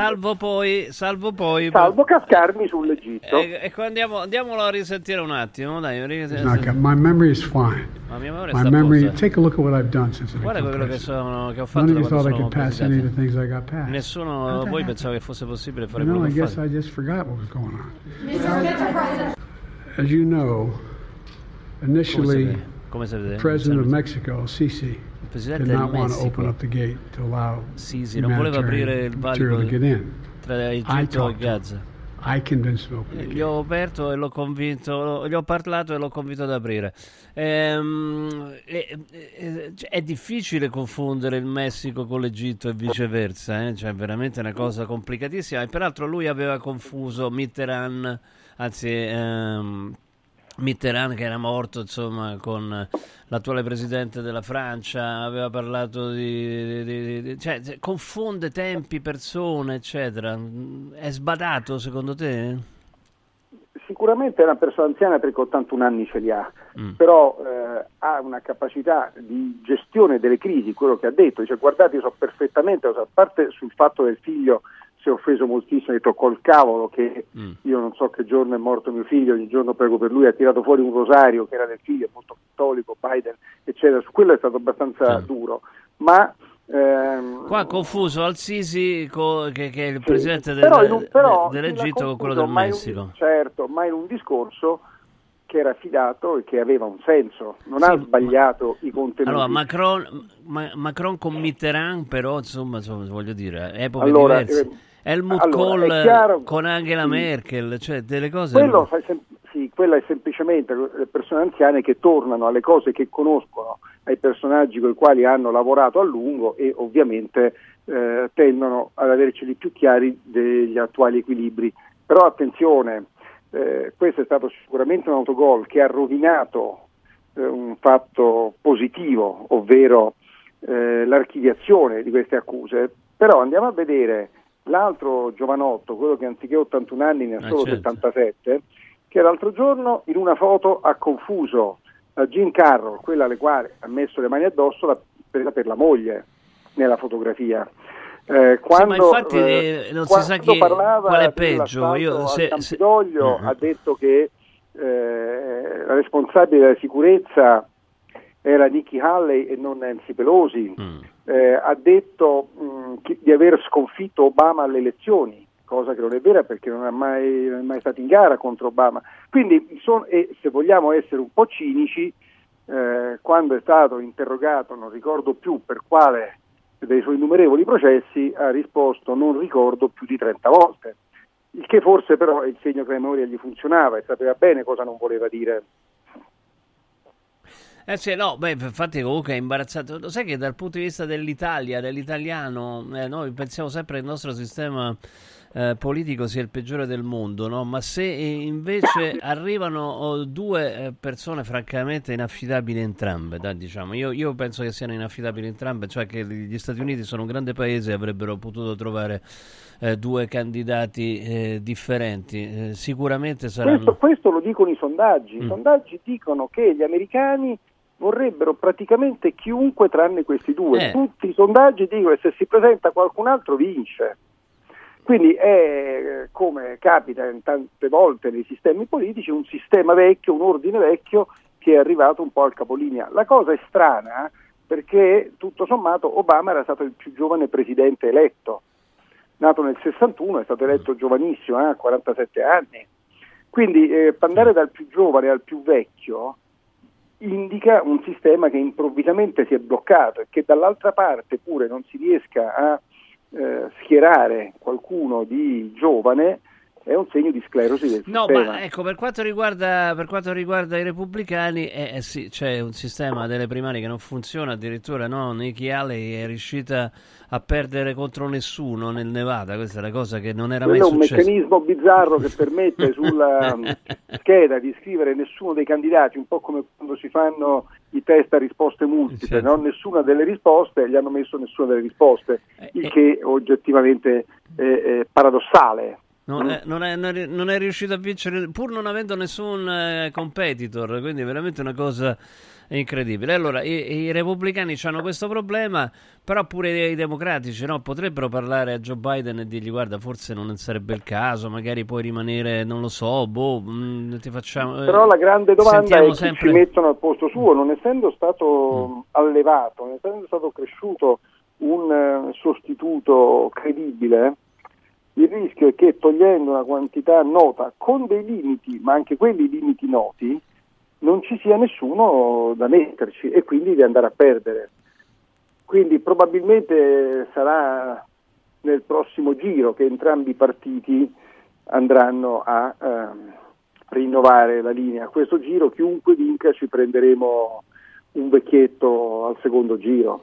Salvo cascarmi sull'Egitto. Ecco, andiamolo a risentire un attimo, dai. My memory is fine. Ma mia memoria My memory, take a look at what I've done since I Guarda quello che ho fatto. None of you thought I could pass any of the things I got past. Nessuno voi pensava che fosse possibile fare quello che ho fatto. I guess I just forgot what was going on. As you know, initially, the president of Mexico, Sisi, did not want to open up the gate to allow humanitarian material to get in. I talked to him. I convinced him to open the gate. Gli ho aperto e l'ho convinto, gli ho parlato e l'ho convinto ad aprire. È difficile confondere il Messico con l'Egitto e viceversa, cioè veramente una cosa complicatissima. E peraltro lui aveva confuso Mitterrand che era morto, insomma, con l'attuale presidente della Francia, aveva parlato cioè confonde tempi, persone, eccetera. È sbadato secondo te? sicuramente è una persona anziana perché 81 anni ce li ha, però ha una capacità di gestione delle crisi, quello che ha detto, dice guardate io so perfettamente, a parte sul fatto del figlio si è offeso moltissimo, ha detto col cavolo che io non so che giorno è morto mio figlio, ogni giorno prego per lui, ha tirato fuori un rosario che era del figlio, è molto cattolico, Biden eccetera, su quello è stato abbastanza duro, ma qua confuso Al-Sisi che è il presidente dell'Egitto con quello del Messico. Certo, ma in un discorso che era fidato e che aveva un senso, non ha sbagliato i contenuti. Allora Macron con Mitterrand però insomma voglio dire epoche diverse. Helmut Kohl con Angela Merkel, cioè delle cose. Quella è semplicemente le persone anziane che tornano alle cose che conoscono, ai personaggi con i quali hanno lavorato a lungo e ovviamente tendono ad averceli più chiari degli attuali equilibri. Però attenzione, questo è stato sicuramente un autogol che ha rovinato un fatto positivo, ovvero l'archiviazione di queste accuse. Però andiamo a vedere l'altro giovanotto, quello che anziché 81 anni ne ha solo 77, che l'altro giorno in una foto ha confuso Jean Carroll, quella alle quali ha messo le mani addosso, l'ha presa per la moglie nella fotografia. Ma infatti non si sa qual è peggio. Campidoglio ha detto che la responsabile della sicurezza era Nikki Haley e non Nancy Pelosi. Ha detto di aver sconfitto Obama alle elezioni, cosa che non è vera perché non è mai stato in gara contro Obama. Quindi e se vogliamo essere un po' cinici, quando è stato interrogato, non ricordo più per quale dei suoi innumerevoli processi, ha risposto non ricordo più di 30 volte, il che forse però è il segno che la memoria gli funzionava e sapeva bene cosa non voleva dire. Infatti comunque è imbarazzato. Lo sai che dal punto di vista dell'italiano, noi pensiamo sempre che il nostro sistema politico sia il peggiore del mondo, no? Ma se invece arrivano due persone francamente inaffidabili entrambe, diciamo, io penso che siano inaffidabili entrambe, cioè che gli Stati Uniti sono un grande paese e avrebbero potuto trovare due candidati differenti, sicuramente saranno... Questo lo dicono i sondaggi. I sondaggi dicono che gli americani vorrebbero praticamente chiunque tranne questi due. Tutti i sondaggi dicono che se si presenta qualcun altro vince. Quindi è, come capita in tante volte nei sistemi politici, un sistema vecchio, un ordine vecchio che è arrivato un po' al capolinea. La cosa è strana perché tutto sommato Obama era stato il più giovane presidente eletto. Nato nel 61, è stato eletto giovanissimo, a 47 anni. Quindi andare dal più giovane al più vecchio indica un sistema che improvvisamente si è bloccato e che dall'altra parte pure non si riesca a schierare qualcuno di giovane è un segno di sclerosi del sistema. Ma ecco, per quanto riguarda i repubblicani, sì, c'è un sistema delle primarie che non funziona, addirittura Nikki Haley è riuscita a perdere contro nessuno nel Nevada, questa è la cosa che non era mai successa. È un meccanismo bizzarro che permette sulla scheda di scrivere nessuno dei candidati, un po' come quando si fanno i test a risposte multiple, no? Nessuna delle risposte, gli hanno messo nessuna delle risposte, il che oggettivamente è paradossale. Non è riuscito a vincere pur non avendo nessun competitor, quindi è veramente una cosa incredibile. Allora i repubblicani hanno questo problema, però pure i democratici potrebbero parlare a Joe Biden e dirgli guarda, forse non sarebbe il caso, magari puoi rimanere, non lo so, ti facciamo... Però la grande domanda è chi ci mettono al posto suo, non essendo stato allevato, non essendo stato cresciuto un sostituto credibile. Il rischio è che togliendo una quantità nota con dei limiti, ma anche quelli limiti noti, non ci sia nessuno da metterci e quindi di andare a perdere. Quindi probabilmente sarà nel prossimo giro che entrambi i partiti andranno a rinnovare la linea. A questo giro chiunque vinca ci prenderemo un vecchietto al secondo giro.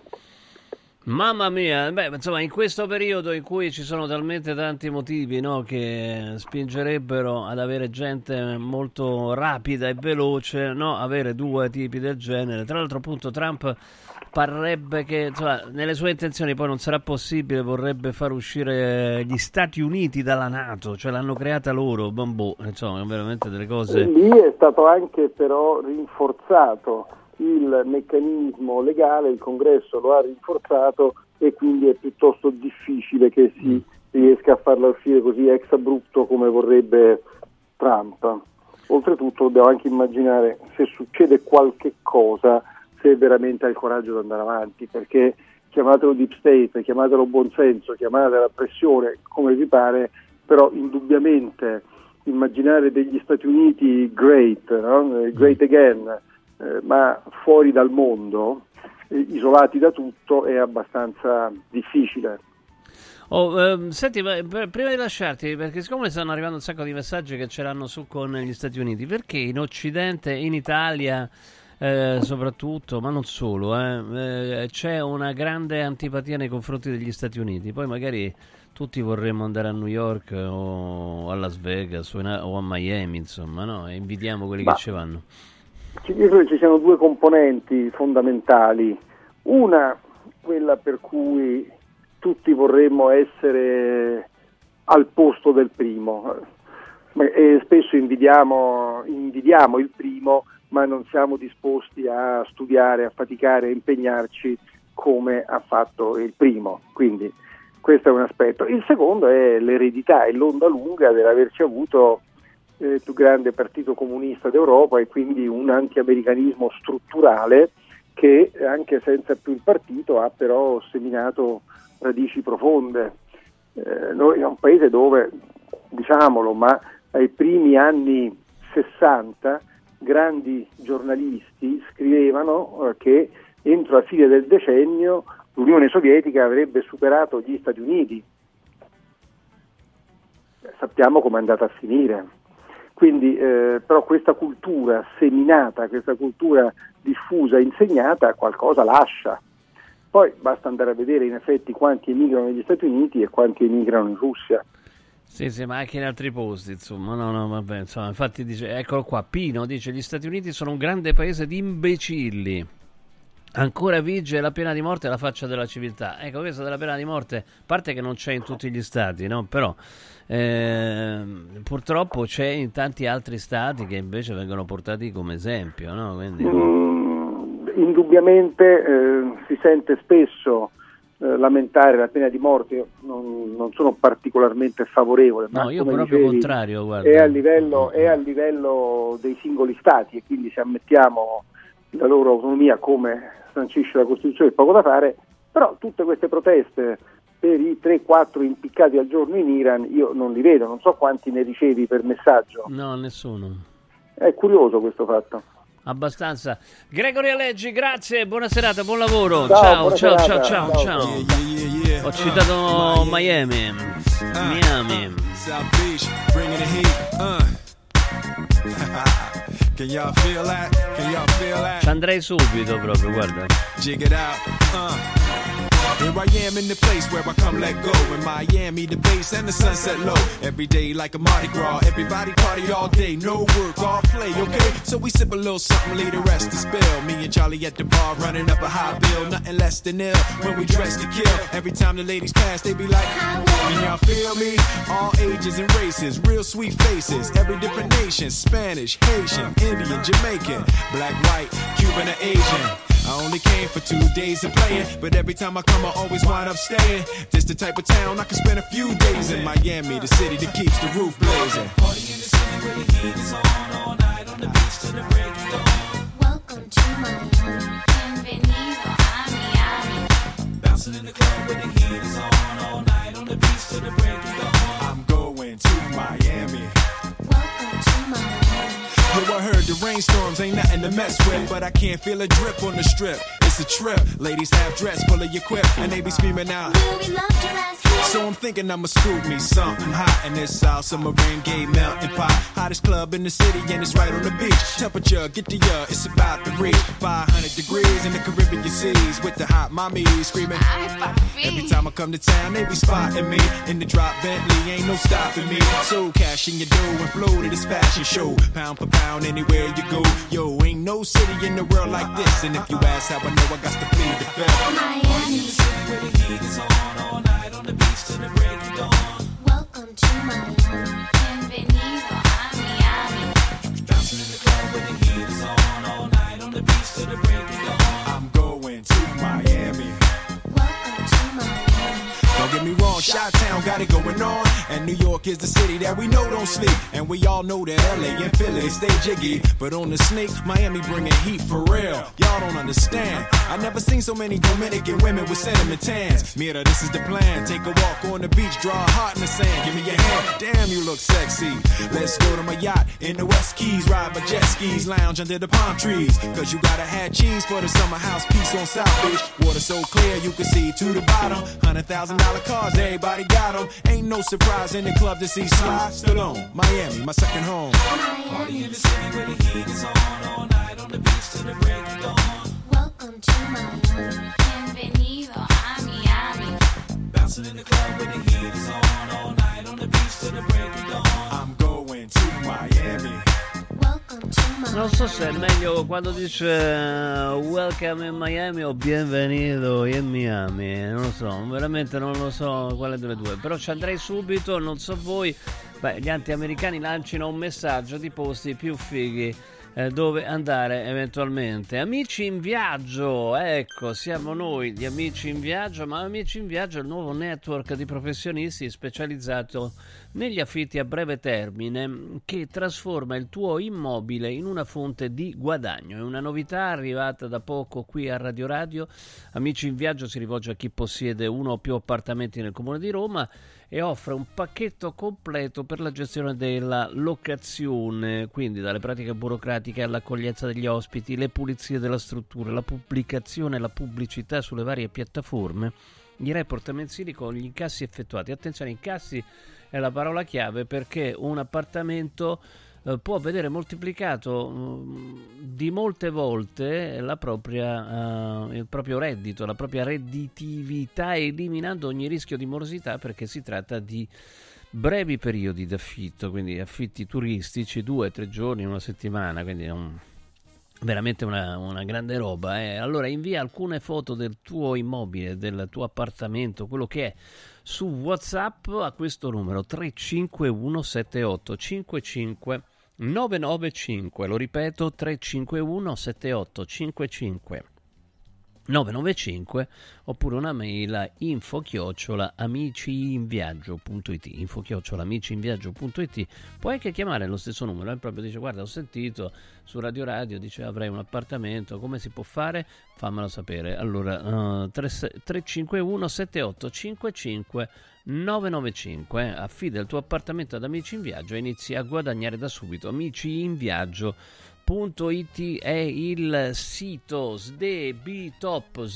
Mamma mia, insomma, in questo periodo in cui ci sono talmente tanti motivi che spingerebbero ad avere gente molto rapida e veloce, avere due tipi del genere. Tra l'altro appunto Trump parrebbe che insomma, nelle sue intenzioni poi non sarà possibile, vorrebbe far uscire gli Stati Uniti dalla NATO, cioè l'hanno creata loro, insomma, veramente delle cose. Lì è stato anche però rinforzato il meccanismo legale, il Congresso lo ha rinforzato e quindi è piuttosto difficile che si riesca a farla uscire così ex abrupto come vorrebbe Trump. Oltretutto dobbiamo anche immaginare se succede qualche cosa, se veramente ha il coraggio di andare avanti, perché chiamatelo deep state, chiamatelo buonsenso, chiamatela pressione, come vi pare, però indubbiamente immaginare degli Stati Uniti great, no? Great again, ma fuori dal mondo, isolati da tutto, è abbastanza difficile. Senti, prima di lasciarti, perché siccome stanno arrivando un sacco di messaggi che ce l'hanno su con gli Stati Uniti, perché in Occidente, in Italia soprattutto, ma non solo, c'è una grande antipatia nei confronti degli Stati Uniti? Poi magari tutti vorremmo andare a New York o a Las Vegas o a Miami, insomma, no? E invidiamo quelli che ci vanno. Io credo che ci siano due componenti fondamentali. Una, quella per cui tutti vorremmo essere al posto del primo, e spesso invidiamo il primo, ma non siamo disposti a studiare, a faticare, a impegnarci come ha fatto il primo. Quindi questo è un aspetto. Il secondo è l'eredità e l'onda lunga dell'averci avuto il più grande partito comunista d'Europa e quindi un anti-americanismo strutturale che anche senza più il partito ha però seminato radici profonde. Noi è un paese dove, diciamolo, ma ai primi anni 60 grandi giornalisti scrivevano che entro la fine del decennio l'Unione Sovietica avrebbe superato gli Stati Uniti. Sappiamo come è andata a finire. Quindi però questa cultura seminata, questa cultura diffusa, insegnata, qualcosa lascia. Poi basta andare a vedere in effetti quanti emigrano negli Stati Uniti e quanti emigrano in Russia. Sì, ma anche in altri posti, insomma. No, vabbè, insomma, infatti dice, eccolo qua, Pino dice: gli Stati Uniti sono un grande paese di imbecilli. Ancora vige la pena di morte alla faccia della civiltà. Ecco, questa della pena di morte, a parte che non c'è in tutti gli stati, no? Però purtroppo c'è in tanti altri stati che invece vengono portati come esempio, no? Quindi... indubbiamente si sente spesso lamentare la pena di morte. Io non sono particolarmente favorevole, ma no, io come proprio dicevi, contrario, guarda. è a livello dei singoli stati, e quindi se ammettiamo la loro autonomia come sancisce la Costituzione, poco da fare. Però tutte queste proteste per i 3-4 impiccati al giorno in Iran io non li vedo, non so quanti ne ricevi per messaggio. No, nessuno. È curioso questo fatto. Abbastanza. Gregory Alleggi, grazie, buona serata, buon lavoro. Ciao. Ho citato Miami. South Beach, bringing the heat. Can y'all feel that? Ci andrei subito proprio, guarda. Jig it out. Here I am in the place where I come let go. In Miami, the bass and the sunset low. Every day like a Mardi Gras. Everybody party all day. No work, all play, okay? So we sip a little something, leave the rest to spill. Me and Charlie at the bar running up a high bill. Nothing less than ill when we dress to kill. Every time the ladies pass, they be like, can y'all feel me? All ages and races, real sweet faces. Every different nation, Spanish, Haitian, Indian, Jamaican, black, white, Cuban, or Asian. I only came for 2 days of playing, but every time I come I always wind up staying. This the type of town I can spend a few days in. Miami, the city that keeps the roof blazing. Party in the city where the heat is on, all night on the beach till the break of dawn. Welcome to Miami, bienvenido a Miami. Bouncing in the club where the heat is on, all night on the beach till the break of dawn. I'm going to Miami. Welcome to Miami. Yo, I heard the rainstorms ain't nothing to mess with, but I can't feel a drip on the strip. It's a trip. Ladies half dressed, full of your quip, and they be screaming out, we love your ass here. So I'm thinking I'ma scoop me something hot in this South Submarine Gay melting pot. Hottest club in the city, and it's right on the beach. Temperature, get to ya, it's about to reach 500 degrees in the Caribbean seas with the hot mommies screaming. Every time I come to town, they be spotting me in the drop Bentley, ain't no stopping me. So cash in your dough and flow to this fashion show. Pound for pound, anywhere you go. Yo, ain't no city in the world like this, and if you ask how I know I got to plead the fifth. Miami, where the heat is on all night on the beach till the break of dawn. Welcome to Miami. Bienvenido a Miami. Bouncing in the club where the heat is on all night on the beach till the break of dawn. I'm going to Miami. Welcome to Miami. Don't get me wrong, Chi-Town got it going on, and New York is the city that we know don't sleep, and we all know that LA and Philly they stay jiggy, but on the sneak, Miami bringing heat for real. Y'all don't understand. I never seen so many Dominican women with cinnamon tans. Mira, this is the plan. Take a walk on the beach, draw a heart in the sand. Give me your hand. Damn, you look sexy. Let's go to my yacht in the West Keys, ride my jet skis, lounge under the palm trees. Cause you gotta have cheese for the summer house piece on South Beach. Water so clear you can see to the bottom. $100,000 cars, everybody got them. Ain't no surprise in the club to see Sly Stallone. Miami, my second home. Party in the city where the heat is on all night on the beach till the break of dawn. Welcome to Miami. Bienvenido a Miami. Bouncing in the club where the heat is on all night on the beach till the break of dawn. I'm going to Miami. Non so se è meglio quando dice welcome in Miami o bienvenido in Miami, non lo so, veramente non lo so quale delle due, però ci andrei subito, non so voi. Beh, gli anti-americani lanciano un messaggio di posti più fighi dove andare eventualmente. Amici in viaggio, ecco, siamo noi gli Amici in Viaggio, ma Amici in Viaggio è il nuovo network di professionisti specializzato negli affitti a breve termine che trasforma il tuo immobile in una fonte di guadagno. È una novità arrivata da poco qui a Radio Radio. Amici in Viaggio si rivolge a chi possiede uno o più appartamenti nel comune di Roma e offre un pacchetto completo per la gestione della locazione, quindi dalle pratiche burocratiche all'accoglienza degli ospiti, le pulizie della struttura, la pubblicazione e la pubblicità sulle varie piattaforme, i report mensili con gli incassi effettuati. Attenzione, incassi è la parola chiave, perché un appartamento può vedere moltiplicato di molte volte il proprio reddito, la propria redditività, eliminando ogni rischio di morosità, perché si tratta di brevi periodi d'affitto, quindi affitti turistici, 2-3 giorni, una settimana, quindi è veramente una grande roba. Allora invia alcune foto del tuo immobile, del tuo appartamento, quello che è, su WhatsApp a questo numero 351 78 55 995, lo ripeto, 351 78 55 995, oppure una mail a info@amiciinviaggio.it. Puoi anche chiamare lo stesso numero, proprio dice: guarda, ho sentito su Radio Radio, dice avrei un appartamento, come si può fare? Fammelo sapere. Allora 351 78 55 995, affida il tuo appartamento ad Amici in Viaggio e inizi a guadagnare da subito. Amiciinviaggio.it è il sito. Sdebitop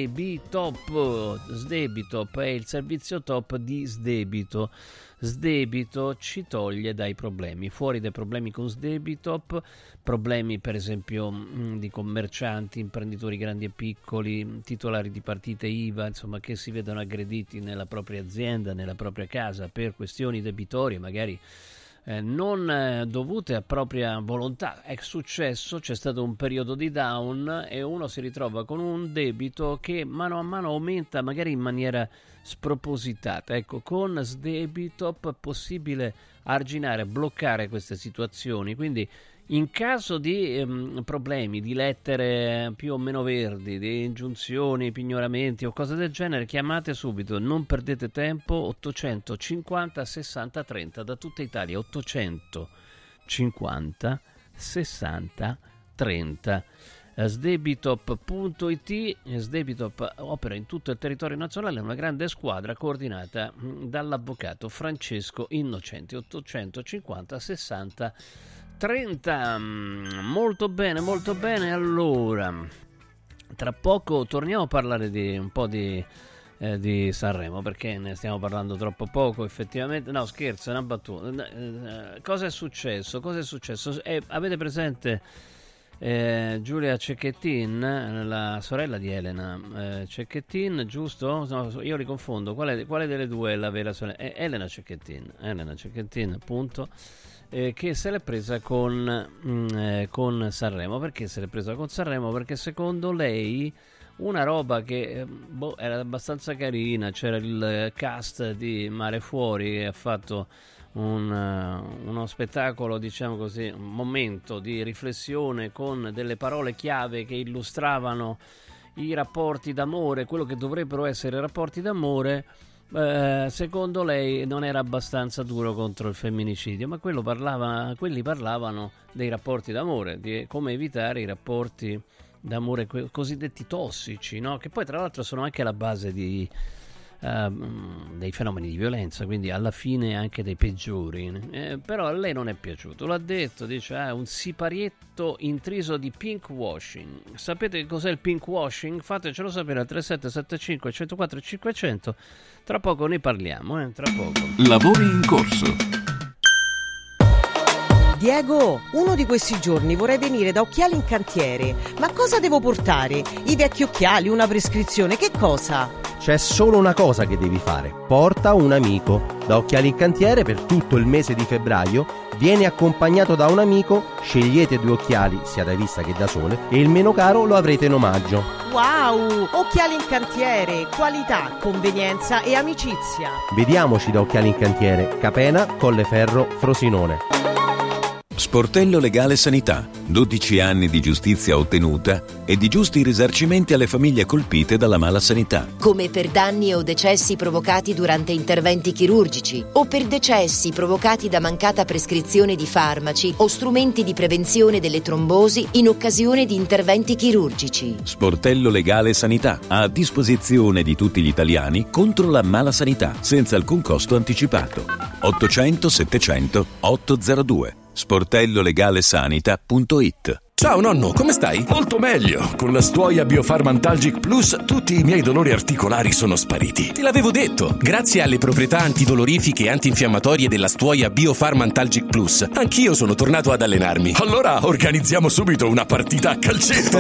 è il servizio top di Sdebito. Sdebito ci toglie dai problemi, fuori dai problemi con Sdebitop, problemi per esempio di commercianti, imprenditori grandi e piccoli, titolari di partite IVA, insomma, che si vedono aggrediti nella propria azienda, nella propria casa per questioni debitorie, magari non dovute a propria volontà. È successo, c'è stato un periodo di down e uno si ritrova con un debito che mano a mano aumenta, magari in maniera spropositata. Ecco, con Sdebitop è possibile arginare, bloccare queste situazioni, quindi in caso di problemi, di lettere più o meno verdi, di ingiunzioni, pignoramenti o cose del genere, chiamate subito, non perdete tempo. 850 60 30 da tutta Italia, 850 60 30. Sdebitop.it. Sdebitop opera in tutto il territorio nazionale, una grande squadra coordinata dall'avvocato Francesco Innocenti. 850 60 30. Molto bene, molto bene. Allora, tra poco torniamo a parlare di un po' di Sanremo, perché ne stiamo parlando troppo poco effettivamente. No, scherzo, è una battuta. Cosa è successo? Avete presente Giulia Cecchettin, la sorella di Elena Cecchettin, giusto? No, io li confondo. Quale delle due è la vera sorella? Elena Cecchettin, appunto. Che se l'è presa con Sanremo. Perché se l'è presa con Sanremo? Perché secondo lei una roba che era abbastanza carina. C'era il cast di Mare Fuori che ha fatto uno spettacolo, diciamo così, un momento di riflessione con delle parole chiave che illustravano i rapporti d'amore, quello che dovrebbero essere rapporti d'amore. Secondo lei non era abbastanza duro contro il femminicidio, ma quelli parlavano dei rapporti d'amore, di come evitare i rapporti d'amore cosiddetti tossici, no? Che poi tra l'altro sono anche la base dei fenomeni di violenza, quindi alla fine anche dei peggiori. Però a lei non è piaciuto, l'ha detto, dice un siparietto intriso di pink washing. Sapete che cos'è il pink washing? Fatecelo sapere al 3775 104 500. Tra poco ne parliamo, tra poco. Lavori in corso. Diego, uno di questi giorni vorrei venire da Occhiali in Cantiere. Ma cosa devo portare? I vecchi occhiali, una prescrizione, che cosa? C'è solo una cosa che devi fare: porta un amico. Da Occhiali in Cantiere per tutto il mese di febbraio vieni accompagnato da un amico, scegliete 2 occhiali sia da vista che da sole e il meno caro lo avrete in omaggio. Wow! Occhiali in Cantiere, qualità, convenienza e amicizia. Vediamoci da Occhiali in Cantiere, Capena, Colleferro, Frosinone. Sportello Legale Sanità, 12 anni di giustizia ottenuta e di giusti risarcimenti alle famiglie colpite dalla mala sanità. Come per danni o decessi provocati durante interventi chirurgici o per decessi provocati da mancata prescrizione di farmaci o strumenti di prevenzione delle trombosi in occasione di interventi chirurgici. Sportello Legale Sanità, a disposizione di tutti gli italiani contro la mala sanità, senza alcun costo anticipato. 800 700 802 sportellolegalesanita.it. Ciao nonno, come stai? Molto meglio. Con la Stuoia Biofarmantalgic Plus tutti i miei dolori articolari sono spariti. Te l'avevo detto. Grazie alle proprietà antidolorifiche e antinfiammatorie della Stuoia Biofarmantalgic Plus, anch'io sono tornato ad allenarmi. Allora organizziamo subito una partita a calcetto.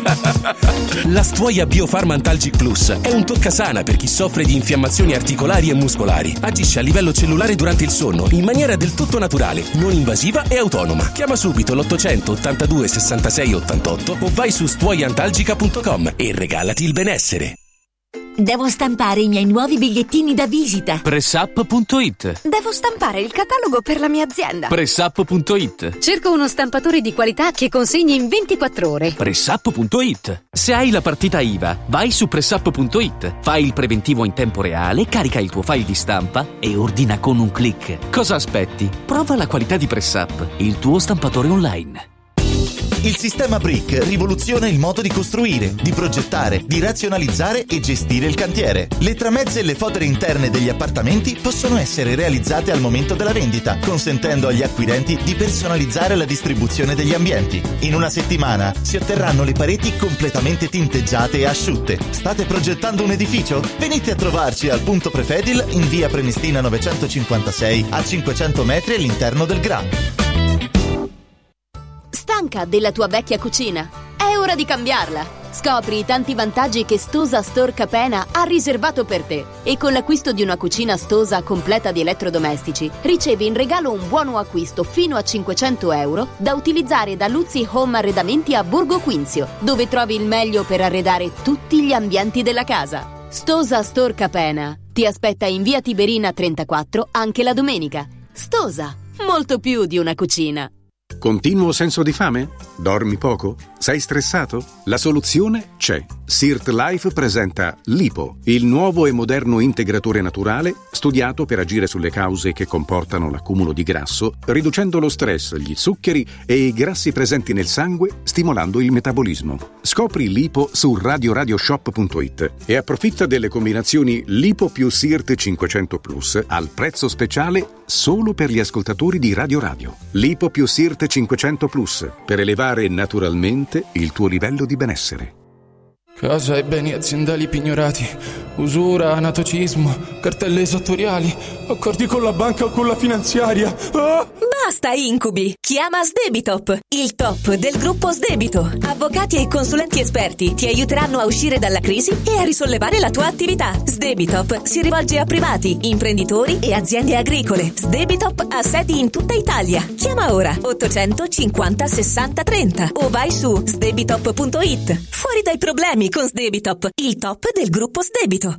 La Stuoia Biofarmantalgic Plus è un toccasana per chi soffre di infiammazioni articolari e muscolari. Agisce a livello cellulare durante il sonno in maniera del tutto naturale, non invasiva e autonoma. Chiama subito l'882 66 88 o vai su stuoiantalgica.com e regalati il benessere. Devo stampare i miei nuovi bigliettini da visita. Pressup.it. Devo stampare il catalogo per la mia azienda. Pressup.it. Cerco uno stampatore di qualità che consegni in 24 ore. Pressup.it. Se hai la partita IVA, vai su Pressup.it. Fai il preventivo in tempo reale, carica il tuo file di stampa e ordina con un click. Cosa aspetti? Prova la qualità di Pressup, il tuo stampatore online. Il sistema Brick rivoluziona il modo di costruire, di progettare, di razionalizzare e gestire il cantiere. Le tramezze e le fodere interne degli appartamenti possono essere realizzate al momento della vendita, consentendo agli acquirenti di personalizzare la distribuzione degli ambienti. In una settimana si otterranno le pareti completamente tinteggiate e asciutte. State progettando un edificio? Venite a trovarci al punto Prefedil in via Prenestina 956 a 500 metri all'interno del GRA. Stanca della tua vecchia cucina? È ora di cambiarla! Scopri i tanti vantaggi che Stosa Store Capena ha riservato per te. E con l'acquisto di una cucina Stosa completa di elettrodomestici, ricevi in regalo un buono acquisto fino a 500 euro da utilizzare da Luzzi Home Arredamenti a Borgo Quinzio, dove trovi il meglio per arredare tutti gli ambienti della casa. Stosa Store Capena ti aspetta in via Tiberina 34 anche la domenica. Stosa, molto più di una cucina. Continuo senso di fame? Dormi poco? Sei stressato? La soluzione c'è. Sirt Life presenta Lipo, il nuovo e moderno integratore naturale studiato per agire sulle cause che comportano l'accumulo di grasso, riducendo lo stress, gli zuccheri e i grassi presenti nel sangue, stimolando il metabolismo. Scopri Lipo su radioradioshop.it e approfitta delle combinazioni Lipo più Sirt 500 Plus al prezzo speciale solo per gli ascoltatori di Radio Radio. Lipo più Sirt 500 Plus per elevare naturalmente il tuo livello di benessere. Casa e beni aziendali pignorati, usura, anatocismo, cartelle esattoriali, accordi con la banca o con la finanziaria. Ah! Basta incubi! Chiama Sdebitop, il top del gruppo Sdebito. Avvocati e consulenti esperti ti aiuteranno a uscire dalla crisi e a risollevare la tua attività. Sdebitop si rivolge a privati, imprenditori e aziende agricole. Sdebitop ha sedi in tutta Italia. Chiama ora 850 60 30 o vai su sdebitop.it. Fuori dai problemi con Sdebitop, il top del gruppo Sdebito.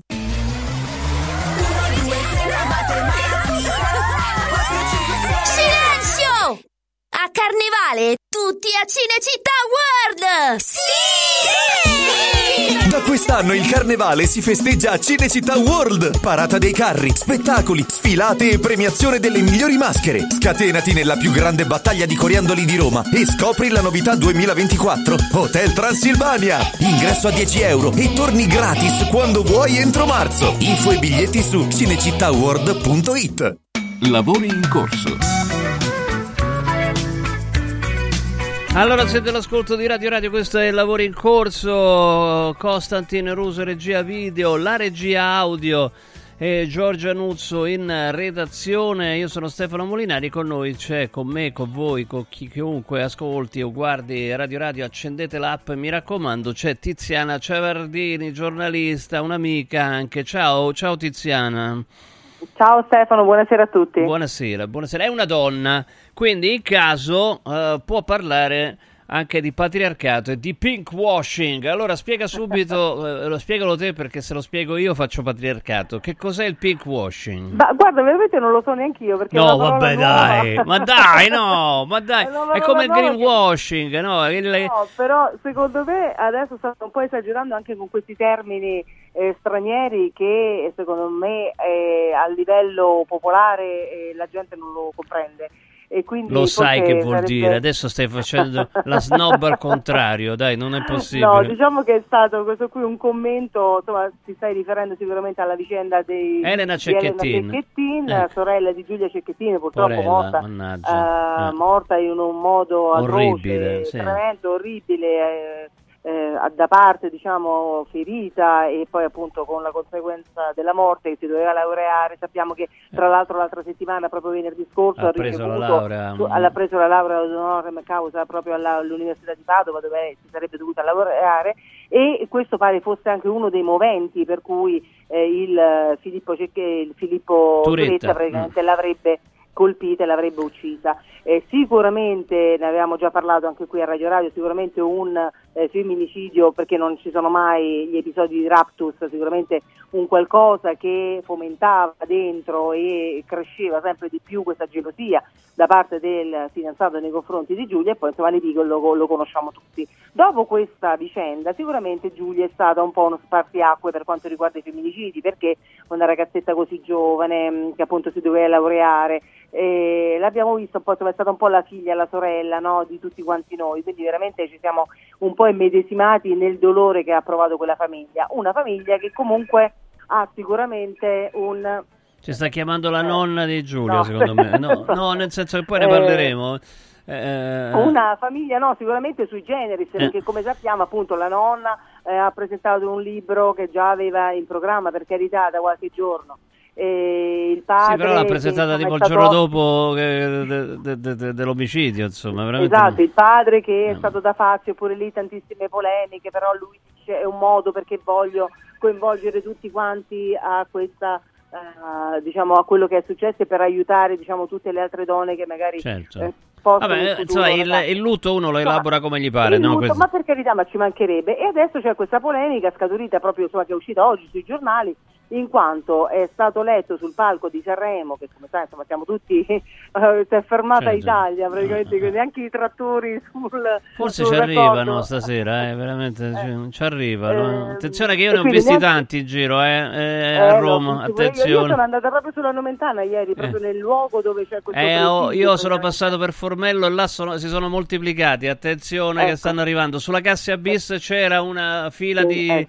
Silenzio! A Carnevale tutti a Cinecittà World! Sì! Da quest'anno il Carnevale si festeggia a Cinecittà World. Parata dei carri, spettacoli, sfilate e premiazione delle migliori maschere. Scatenati nella più grande battaglia di coriandoli di Roma e scopri la novità 2024 Hotel Transilvania. Ingresso a €10 e torni gratis quando vuoi entro marzo. Info e biglietti su cinecittàworld.it. Lavori in corso. Allora siete all'ascolto di Radio, questo è Lavori in Corso. Costantin Russo, regia video, la regia audio e Giorgia Nuzzo in redazione. Io sono Stefano Molinari, con noi c'è, con me, con voi, con chiunque ascolti o guardi Radio, accendete l'app, mi raccomando, c'è Tiziana Ciavardini, giornalista, un'amica anche. Ciao Tiziana. Ciao Stefano, buonasera a tutti. Buonasera. È una donna, quindi in caso può parlare anche di patriarcato e di pinkwashing. Allora spiega subito, spiegalo te, perché se lo spiego io faccio patriarcato. Che cos'è il pinkwashing? Ma guarda, veramente non lo so neanche io, perché no, vabbè, dai, ma dai, è come il greenwashing, no? No, però secondo me adesso stanno un po' esagerando anche con questi termini stranieri che secondo me a livello popolare la gente non lo comprende. E quindi lo sai che vuol dire? Adesso stai facendo la snob al contrario, dai, non è possibile. No, diciamo che è stato questo qui un commento, insomma, si stai riferendo sicuramente alla vicenda di Elena Cecchettin, sorella di Giulia Cecchettin, purtroppo morta in un modo orribile, atroce, tremendo, orribile, da parte, diciamo, ferita, e poi appunto con la conseguenza della morte, che si doveva laureare. Sappiamo che tra l'altro l'altra settimana, proprio venerdì scorso, ha preso la laurea d'onore causa proprio all'Università di Padova, dove si sarebbe dovuta laureare, e questo pare fosse anche uno dei moventi per cui il Filippo Turetta praticamente l'avrebbe colpita e l'avrebbe uccisa. Sicuramente, ne avevamo già parlato anche qui a Radio, sicuramente un femminicidio, perché non ci sono mai gli episodi di raptus, sicuramente un qualcosa che fomentava dentro e cresceva sempre di più questa gelosia da parte del fidanzato nei confronti di Giulia, e poi insomma Nipico lo conosciamo tutti. Dopo questa vicenda sicuramente Giulia è stata un po' uno spartiacque per quanto riguarda i femminicidi, perché una ragazzetta così giovane che appunto si doveva laureare, l'abbiamo visto un po', è stata un po' la figlia, la sorella, no, di tutti quanti noi, quindi veramente ci siamo un po' immedesimati nel dolore che ha provato quella famiglia, una famiglia che comunque ha sicuramente un... Ci sta chiamando la nonna di Giulia, no, secondo me, no, nel senso che poi ne parleremo. Una famiglia, no, sicuramente sui generis, perché come sappiamo appunto la nonna ha presentato un libro che già aveva in programma, per carità, da qualche giorno. Il padre, sì, però l'ha presentata tipo il giorno dopo dell'omicidio, insomma, veramente. Esatto, il padre che è stato da Fazio, pure lì tantissime polemiche, però lui dice è un modo perché voglio coinvolgere tutti quanti a questa diciamo a quello che è successo, e per aiutare, diciamo, tutte le altre donne che magari vabbè, insomma, il lutto uno lo elabora come gli pare, no? Ma per carità, ma ci mancherebbe. E adesso c'è questa polemica scaturita proprio, insomma, che è uscita oggi sui giornali, in quanto è stato letto sul palco di Sanremo, che come sai, insomma, siamo tutti si è fermata Italia praticamente, quindi anche i trattori forse ci arrivano stasera, veramente ci arrivano. Attenzione che io ne ho visti tanti in giro a Roma, attenzione. Io sono andata proprio sulla Nomentana ieri, proprio nel luogo dove c'è questo io sono passato per Formello e là si sono moltiplicati, attenzione, che stanno arrivando. Sulla Cassia Bis c'era una fila di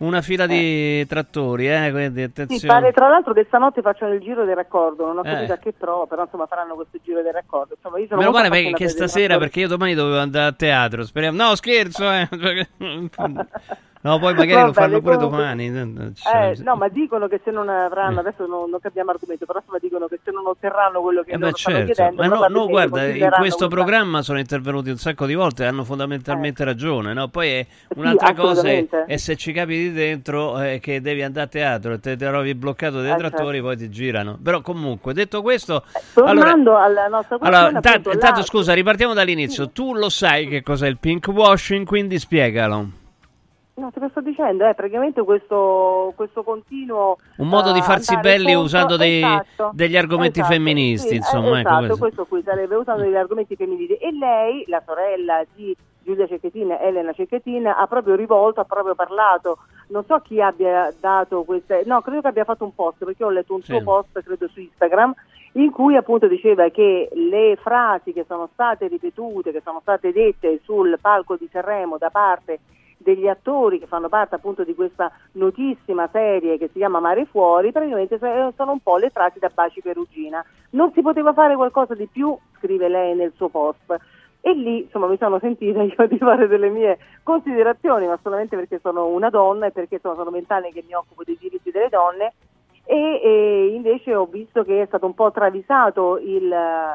trattori, quindi attenzione. Sì, pare tra l'altro che stanotte facciano il giro del raccordo, non ho capito a che prova, però insomma faranno questo giro del raccordo. Insomma, io sono meno male che stasera, perché io domani dovevo andare a teatro, speriamo. No, scherzo, No, poi magari lo fanno pure domani. No, ma dicono che se non avranno, adesso non cambiamo argomento, però dicono che se non otterranno quello che loro stanno chiedendo, ma no, guarda, in questo programma sono intervenuti un sacco di volte, hanno fondamentalmente ragione, no? Poi è un'altra cosa è se ci capi di dentro che devi andare a teatro e te trovi bloccato dai trattori, poi ti girano. Però comunque, detto questo, tornando alla nostra questione, intanto scusa, ripartiamo dall'inizio. Tu lo sai che cos'è il pink washing, quindi spiegalo. No, te lo sto dicendo, è praticamente questo continuo... Un modo di farsi belli usando degli argomenti femministi, sì, insomma. Esatto, questo qui sarebbe usando degli argomenti femminili. E lei, la sorella di Giulia Cecchettin, Elena Cecchettin, ha proprio parlato, non so chi abbia dato queste... No, credo che abbia fatto un post, perché ho letto un suo post, credo su Instagram, in cui appunto diceva che le frasi che sono state ripetute, che sono state dette sul palco di Sanremo da parte degli attori che fanno parte appunto di questa notissima serie che si chiama Mare Fuori, praticamente sono un po' le frasi da Baci Perugina. Non si poteva fare qualcosa di più, scrive lei nel suo post. E lì, insomma, mi sono sentita io di fare delle mie considerazioni, ma solamente perché sono una donna e perché sono 20 anni che mi occupo dei diritti delle donne, e invece ho visto che è stato un po' travisato il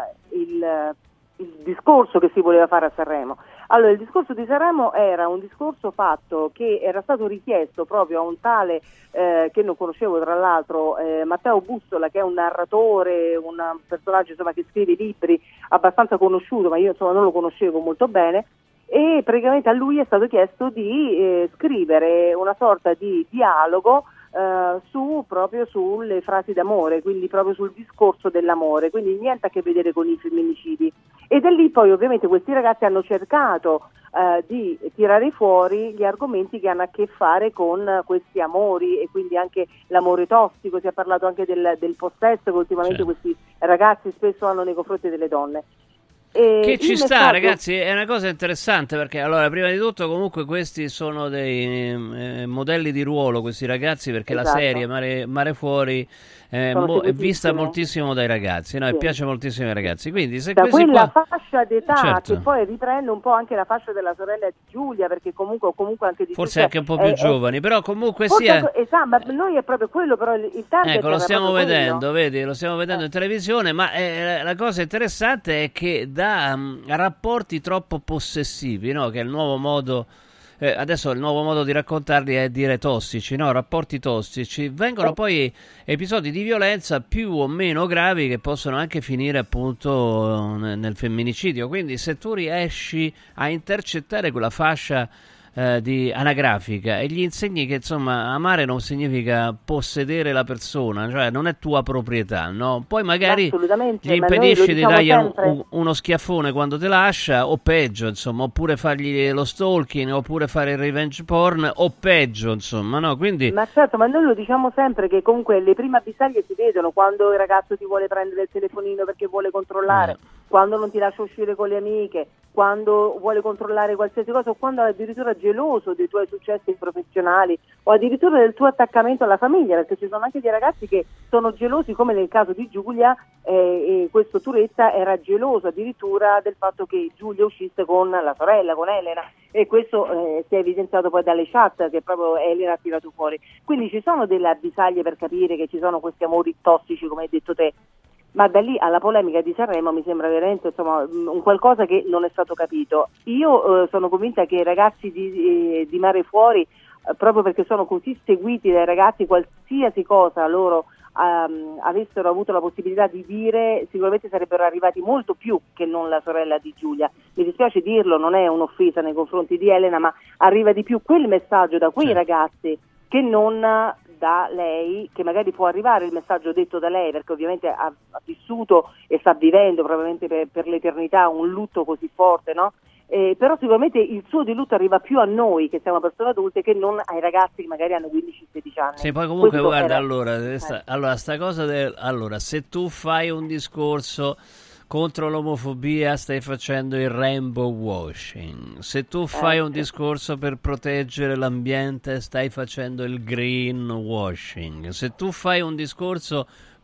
discorso che si voleva fare a Sanremo. Allora, il discorso di Sanremo era un discorso fatto che era stato richiesto proprio a un tale che non conoscevo tra l'altro, Matteo Bussola, che è un narratore, un personaggio insomma che scrive libri abbastanza conosciuto, ma io insomma non lo conoscevo molto bene, e praticamente a lui è stato chiesto di scrivere una sorta di dialogo proprio sulle frasi d'amore, quindi proprio sul discorso dell'amore, quindi niente a che vedere con i femminicidi. E da lì poi ovviamente questi ragazzi hanno cercato di tirare fuori gli argomenti che hanno a che fare con questi amori, e quindi anche l'amore tossico. Si è parlato anche del possesso che ultimamente questi ragazzi spesso hanno nei confronti delle donne. Che ci sta, ragazzi, è una cosa interessante, perché allora prima di tutto comunque questi sono dei modelli di ruolo, questi ragazzi, perché la serie Mare Fuori è vista moltissimo dai ragazzi, no? E piace moltissimo ai ragazzi, quindi se da quella fascia d'età che poi riprende un po' anche la fascia della sorella di Giulia, perché comunque anche di forse anche un po' più giovani, però comunque esatto, ma noi è proprio quello, però il target lo stiamo vedendo, vedi, lo stiamo vedendo in televisione, ma la cosa interessante è che da rapporti troppo possessivi, no? Che è il nuovo modo, adesso il nuovo modo di raccontarli è dire tossici, no? Rapporti tossici, vengono poi episodi di violenza più o meno gravi che possono anche finire appunto nel femminicidio. Quindi se tu riesci a intercettare quella fascia di anagrafica e gli insegni che insomma amare non significa possedere la persona, cioè non è tua proprietà, no? Poi magari gli impedisci di dargli uno schiaffone quando te lascia, o peggio insomma, oppure fargli lo stalking, oppure fare il revenge porn, o peggio insomma, no? Quindi... Ma certo, ma noi lo diciamo sempre che comunque le prime avvisaglie si vedono quando il ragazzo ti vuole prendere il telefonino perché vuole controllare, quando non ti lascia uscire con le amiche, quando vuole controllare qualsiasi cosa, o quando è addirittura geloso dei tuoi successi professionali, o addirittura del tuo attaccamento alla famiglia, perché ci sono anche dei ragazzi che sono gelosi, come nel caso di Giulia, e questo Turetta era geloso addirittura del fatto che Giulia uscisse con la sorella, con Elena, e questo si è evidenziato poi dalle chat che proprio Elena ha tirato fuori. Quindi ci sono delle avvisaglie per capire che ci sono questi amori tossici, come hai detto te. Ma da lì alla polemica di Sanremo mi sembra veramente un qualcosa che non è stato capito. Io sono convinta che i ragazzi di Mare Fuori, proprio perché sono così seguiti dai ragazzi, qualsiasi cosa loro avessero avuto la possibilità di dire, sicuramente sarebbero arrivati molto più che non la sorella di Giulia. Mi dispiace dirlo, non è un'offesa nei confronti di Elena, ma arriva di più quel messaggio da quei ragazzi che non da lei, che magari può arrivare il messaggio detto da lei, perché ovviamente ha vissuto e sta vivendo probabilmente per l'eternità un lutto così forte, no? Però sicuramente il suo di lutto arriva più a noi che siamo persone adulte che non ai ragazzi che magari hanno 15-16 anni. Sì, poi comunque guarda, allora sta cosa allora, se tu fai un discorso contro l'omofobia stai facendo il rainbow washing, se tu fai un discorso per proteggere l'ambiente stai facendo il green washing, se tu fai un discorso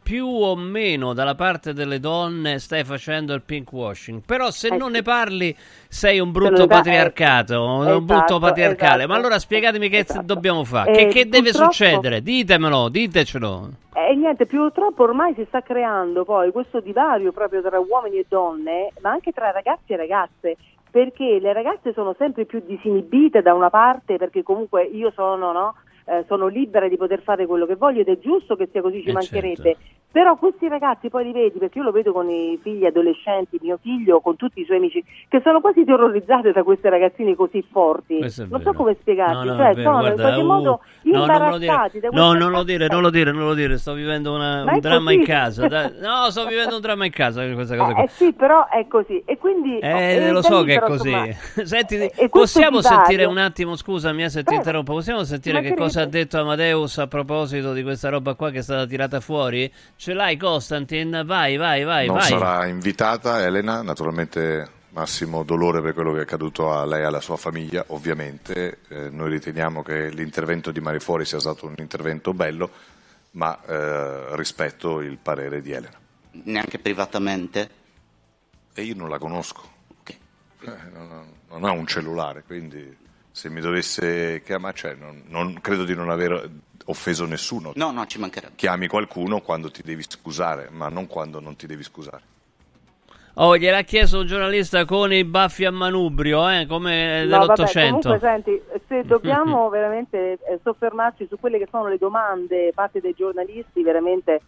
più o meno dalla parte delle donne stai facendo il pinkwashing, però se non ne parli sei un brutto patriarcato, un brutto patriarcale. Ma allora spiegatemi che dobbiamo fare, che deve succedere, ditecelo. E niente, purtroppo ormai si sta creando poi questo divario proprio tra uomini e donne, ma anche tra ragazzi e ragazze, perché le ragazze sono sempre più disinibite da una parte, perché comunque io sono libera di poter fare quello che voglio ed è giusto che sia così, ci mancherebbe. Certo. Però questi ragazzi poi li vedi, perché io lo vedo con i figli adolescenti, mio figlio, con tutti i suoi amici, che sono quasi terrorizzati da queste ragazzine così forti. Non so come spiegarti, sono in qualche modo imbarazzati da queste non lo dire, sto vivendo un dramma in casa. Sto vivendo un dramma in casa questa cosa qua. Sì, però è così. E quindi lo so che è così. Senti, possiamo sentire un attimo, scusami se ti interrompo, possiamo sentire che cosa ha detto Amadeus a proposito di questa roba qua che è stata tirata fuori? Ce l'hai, Costantin? Vai. Non sarà invitata Elena, naturalmente massimo dolore per quello che è accaduto a lei e alla sua famiglia, ovviamente. Noi riteniamo che l'intervento di Mare Fuori sia stato un intervento bello, ma rispetto il parere di Elena. Neanche privatamente? E io non la conosco. Okay. Non ha un cellulare, quindi se mi dovesse chiamare, non credo di non aver offeso nessuno. No, ci mancherebbe. Chiami qualcuno quando ti devi scusare, ma non quando non ti devi scusare. Gliel'ha chiesto un giornalista con i baffi a manubrio, come dell'Ottocento. Comunque, senti, se dobbiamo veramente soffermarci su quelle che sono le domande fatte dai giornalisti, veramente,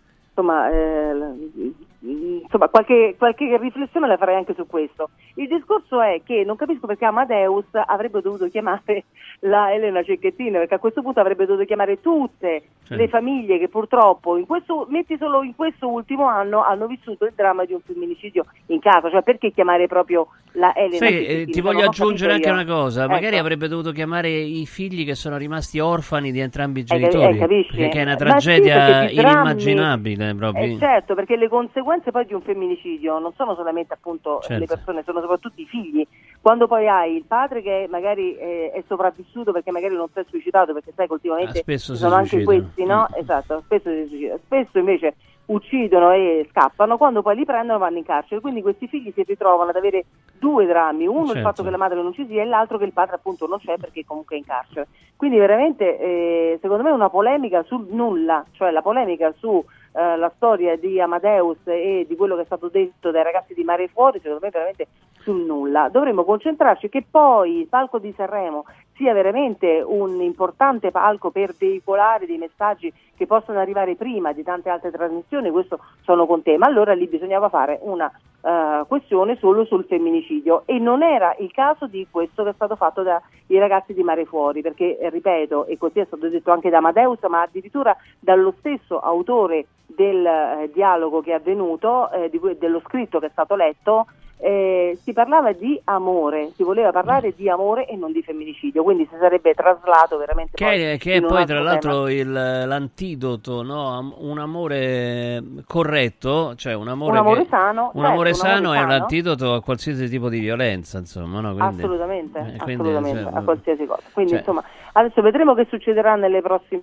qualche riflessione la farei anche su questo. Il discorso è che non capisco perché Amadeus avrebbe dovuto chiamare la Elena Cecchettin, perché a questo punto avrebbe dovuto chiamare tutte le famiglie che purtroppo metti solo in questo ultimo anno hanno vissuto il dramma di un femminicidio in casa. Cioè, perché chiamare proprio la Elena Cecchettin? Ti voglio aggiungere anche una cosa, magari avrebbe dovuto chiamare i figli che sono rimasti orfani di entrambi i genitori, che è una tragedia inimmaginabile proprio. Certo, perché le conseguenze poi di un femminicidio non sono solamente appunto le persone, sono soprattutto i figli. Quando poi hai il padre che magari è sopravvissuto perché magari non si è suicidato, perché sai che ultimamente sono anche questi, no? Esatto, spesso si suicida, spesso invece uccidono e scappano, quando poi li prendono vanno in carcere, quindi questi figli si ritrovano ad avere due drammi, uno il fatto che la madre non ci sia e l'altro che il padre appunto non c'è perché comunque è in carcere. Quindi veramente secondo me una polemica sul nulla, cioè la polemica su la storia di Amadeus e di quello che è stato detto dai ragazzi di Mare Fuori, secondo me veramente sul nulla. Dovremmo concentrarci che poi il palco di Sanremo sia veramente un importante palco per veicolare dei messaggi che possono arrivare prima di tante altre trasmissioni, questo sono con te, ma allora lì bisognava fare una questione solo sul femminicidio e non era il caso di questo che è stato fatto dai ragazzi di Mare Fuori, perché ripeto, e così è stato detto anche da Amadeus, ma addirittura dallo stesso autore del dialogo che è avvenuto, dello scritto che è stato letto, si parlava di amore, si voleva parlare di amore e non di femminicidio, quindi si sarebbe traslato veramente che è poi tra l'altro l'antidoto, no? Un amore corretto, cioè un amore sano, è un antidoto a qualsiasi tipo di violenza, insomma, no? Quindi, assolutamente, a qualsiasi cosa. Quindi insomma, adesso vedremo che succederà nelle prossime,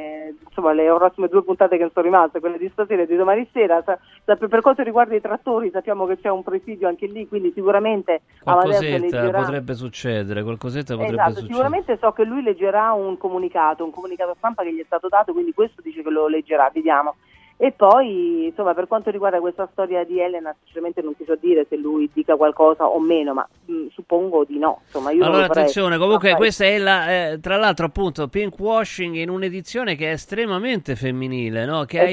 le prossime 2 puntate che sono rimaste, quelle di stasera e di domani sera. Per quanto riguarda i trattori, sappiamo che c'è un presidio anche lì, quindi sicuramente qualcosetta potrebbe succedere, sicuramente so che lui leggerà un comunicato stampa che gli è stato dato, quindi questo dice che lo leggerà, vediamo. E poi, insomma, per quanto riguarda questa storia di Elena, sinceramente non ti so dire se lui dica qualcosa o meno, ma suppongo di no. Insomma, io allora, attenzione, comunque questa è tra l'altro appunto pinkwashing in un'edizione che è estremamente femminile, no? Che ha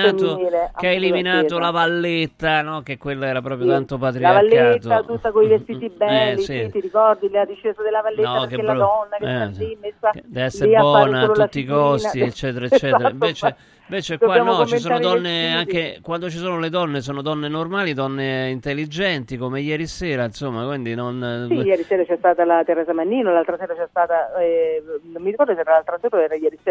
eliminato la Valletta, no? Che quella era proprio tanto patriarcato. La Valletta, tutta con i vestiti belli, ti ricordi la discesa della Valletta, no, perché la donna che sta lì messa deve essere buona a tutti i costi, eccetera, eccetera. Invece qua no, ci sono donne, anche quando ci sono le donne, sono donne normali, donne intelligenti, come ieri sera, insomma, quindi non... Sì, ieri sera c'è stata la Teresa Mannino, l'altra sera c'è stata, non mi ricordo se era l'altra sera o era ieri sera,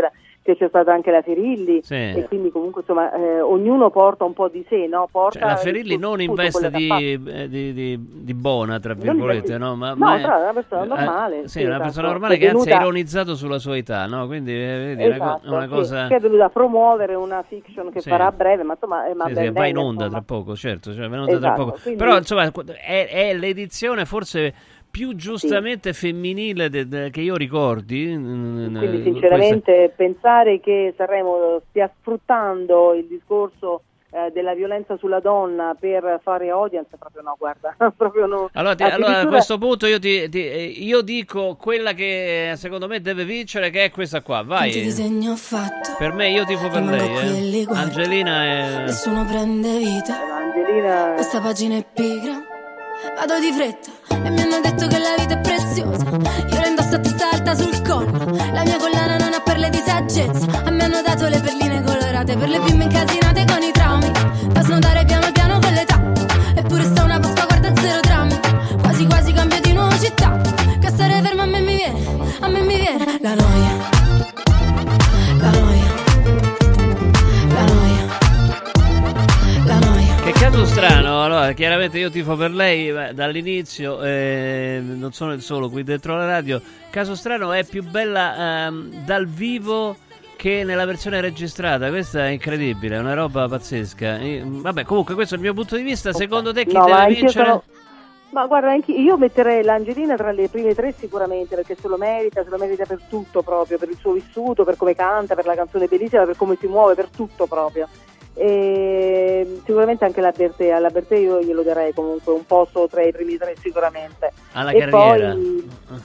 che c'è stata anche la Ferilli, Sì. e quindi comunque insomma ognuno porta un po' di sé, no? Porta Cioè, la Ferilli il suo non in vissuto, veste quello che ha fatto. di buona, tra virgolette, no? Ma tra una persona normale. sì, una esatto. persona normale che anzi ha ironizzato sulla sua età, no? Quindi vedi, Esatto, una cosa... che è venuta a promuovere una fiction che farà a breve, ma insomma Sì, va in onda tra poco, certo, cioè, va in onda tra poco. quindi... Però insomma è l'edizione forse più giustamente femminile che io ricordi. Quindi sinceramente pensare che Sanremo stia sfruttando il discorso della violenza sulla donna per fare audience, proprio no, guarda, proprio no. Allora a questo punto io dico quella che secondo me deve vincere, che è questa qua, vai. Disegno fatto. Per me io tifo per lei, Angelina è... Nessuno prende vita. Angelina... Questa pagina è pigra. Vado di fretta e mi hanno detto che la vita è preziosa. Io la indosso a testa alta sul collo. La mia collana non ha perle di saggezza. A me hanno dato le perline colorate per le bimbe incasinate con i traumi, da snodare piano piano con l'età. Eppure sta una Pasqua, guarda zero drammi. Quasi quasi cambio di nuovo città. Che stare fermo a me mi viene la noia. La noia. La noia. La noia. Che caso strano, allora chiaramente io tifo per lei dall'inizio, non sono il solo qui dentro la radio. Caso strano è più bella dal vivo che nella versione registrata, questa è incredibile, è una roba pazzesca. Vabbè, comunque questo è il mio punto di vista. Secondo te chi deve vincere? Ma guarda, io metterei l'Angelina tra le prime tre sicuramente, perché se lo merita per tutto proprio, per il suo vissuto, per come canta, per la canzone bellissima, per come si muove, per tutto proprio. E sicuramente anche la Bertè io glielo darei comunque un posto tra i primi tre sicuramente. Alla e carriera. Poi...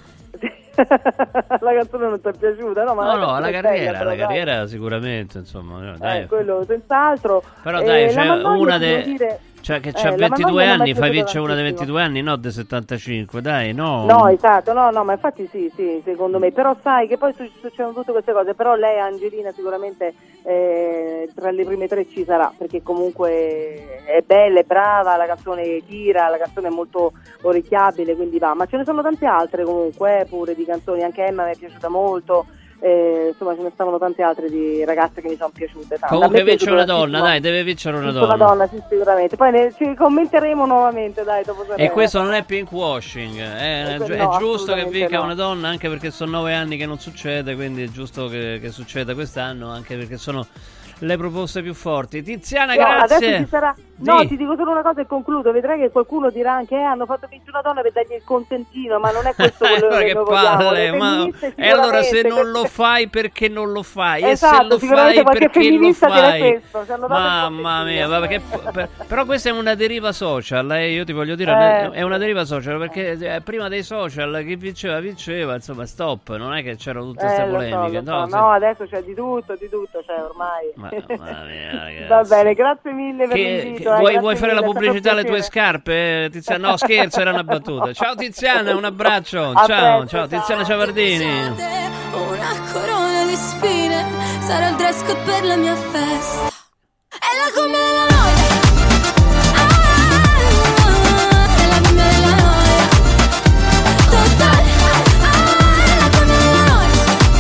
la canzone non ti è piaciuta? No, ma no, alla carriera, bella, carriera sicuramente, insomma, dai. Quello senz'altro. Però dai, c'è una dire... Cioè che c'ha 22 anni, fai vincere una dei 22 anni, no dei 75, dai, no. No, esatto, no, ma infatti sì, secondo me. Però sai che poi succedono tutte queste cose, però lei, Angelina, sicuramente tra le prime tre ci sarà, perché comunque è bella, è brava, la canzone tira, la canzone è molto orecchiabile, quindi va. Ma ce ne sono tante altre comunque, pure di canzoni, anche Emma mi è piaciuta molto. Insomma ce ne stavano tante altre di ragazze che mi sono piaciute tanto. Comunque vince una donna, dai, deve vincere una donna. Una donna, sì, sicuramente. Poi ci commenteremo nuovamente, dai, dopo Sanremo. E questo non è pinkwashing, è giusto che vinca una donna, anche perché sono 9 anni che non succede, quindi è giusto che succeda quest'anno, anche perché sono le proposte più forti. Tiziana, grazie. Adesso ci sarà... No, ti dico solo una cosa e concludo. Vedrai che qualcuno dirà anche hanno fatto vincere una donna per dargli il consentino, ma non è questo quello che noi vogliamo. E allora se non lo fai perché non lo fai, esatto, e se lo fai perché lo fai. Mamma mia, però questa è una deriva social, io ti voglio dire, è una deriva social, perché prima dei social chi vinceva, insomma, stop, non è che c'erano tutte queste polemiche. No, adesso c'è di tutto, c'è ormai. Mamma mia, va bene, grazie mille per l'invito. Vuoi fare la pubblicità alle tue scarpe, Tiziana? No, scherzo, era una battuta. Ciao Tiziana, un abbraccio. Ciao Tiziana Ciavardini. Una corona di spine sarà il dress code per la mia festa. È la come della noia. È la come della noia. Totale. È la come della noia.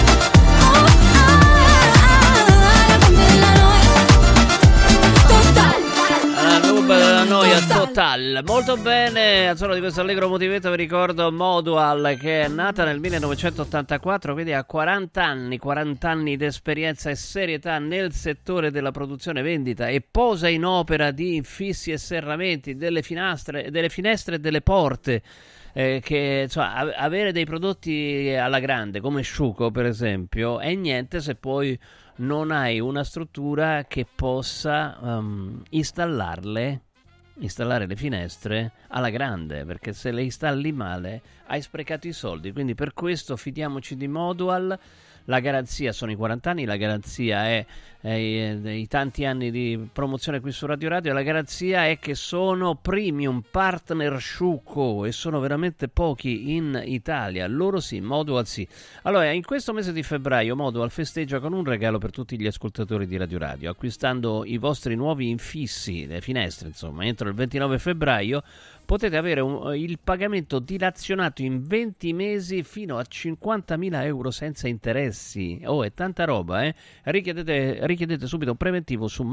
È la come della noia. Totale. La ruba della noia total. Molto bene, al suono di questo allegro motivetto vi ricordo Modual, che è nata nel 1984, quindi ha 40 anni di esperienza e serietà nel settore della produzione, vendita e posa in opera di infissi e serramenti, delle finestre e delle porte. Che insomma, avere dei prodotti alla grande come Sciuco per esempio è niente se poi non hai una struttura che possa installare le finestre alla grande, perché se le installi male hai sprecato i soldi. Quindi per questo fidiamoci di Modual. La garanzia sono i 40 anni, la garanzia è i tanti anni di promozione qui su Radio Radio, la garanzia è che sono premium partner Sciuco e sono veramente pochi in Italia. Loro sì, Modual sì. Allora, in questo mese di febbraio Modual festeggia con un regalo per tutti gli ascoltatori di Radio Radio. Acquistando i vostri nuovi infissi, le finestre insomma, entro il 29 febbraio potete avere il pagamento dilazionato in 20 mesi fino a 50.000 euro senza interessi. È tanta roba, eh? Richiedete subito un preventivo su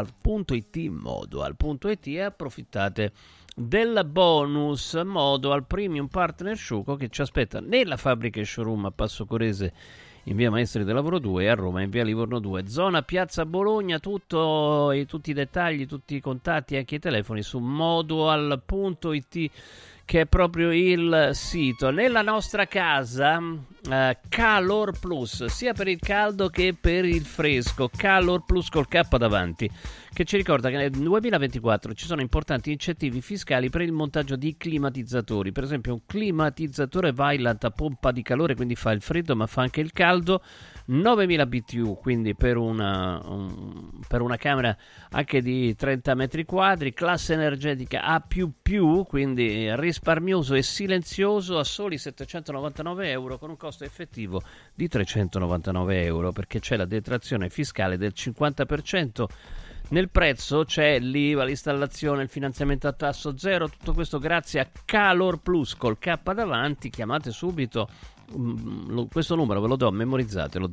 modoal.it e approfittate del bonus Modoal Premium Partner Sciuco che ci aspetta nella fabbrica e showroom a Passo Corese in via Maestri del Lavoro 2 e a Roma in via Livorno 2, zona Piazza Bologna. Tutti i dettagli, tutti i contatti, anche i telefoni su modoal.it, che è proprio il sito. Nella nostra casa Calor Plus, sia per il caldo che per il fresco. Calor Plus col K davanti, che ci ricorda che nel 2024 ci sono importanti incentivi fiscali per il montaggio di climatizzatori. Per esempio un climatizzatore Vaillant a pompa di calore, quindi fa il freddo ma fa anche il caldo, 9.000 BTU, quindi per una camera anche di 30 metri quadri, classe energetica A++, quindi risparmioso e silenzioso, a soli 799 euro con un costo effettivo di 399 euro, perché c'è la detrazione fiscale del 50%. Nel prezzo c'è l'IVA, l'installazione, il finanziamento a tasso zero, tutto questo grazie a Calor Plus col K davanti. Chiamate subito questo numero, ve lo do, memorizzatelo,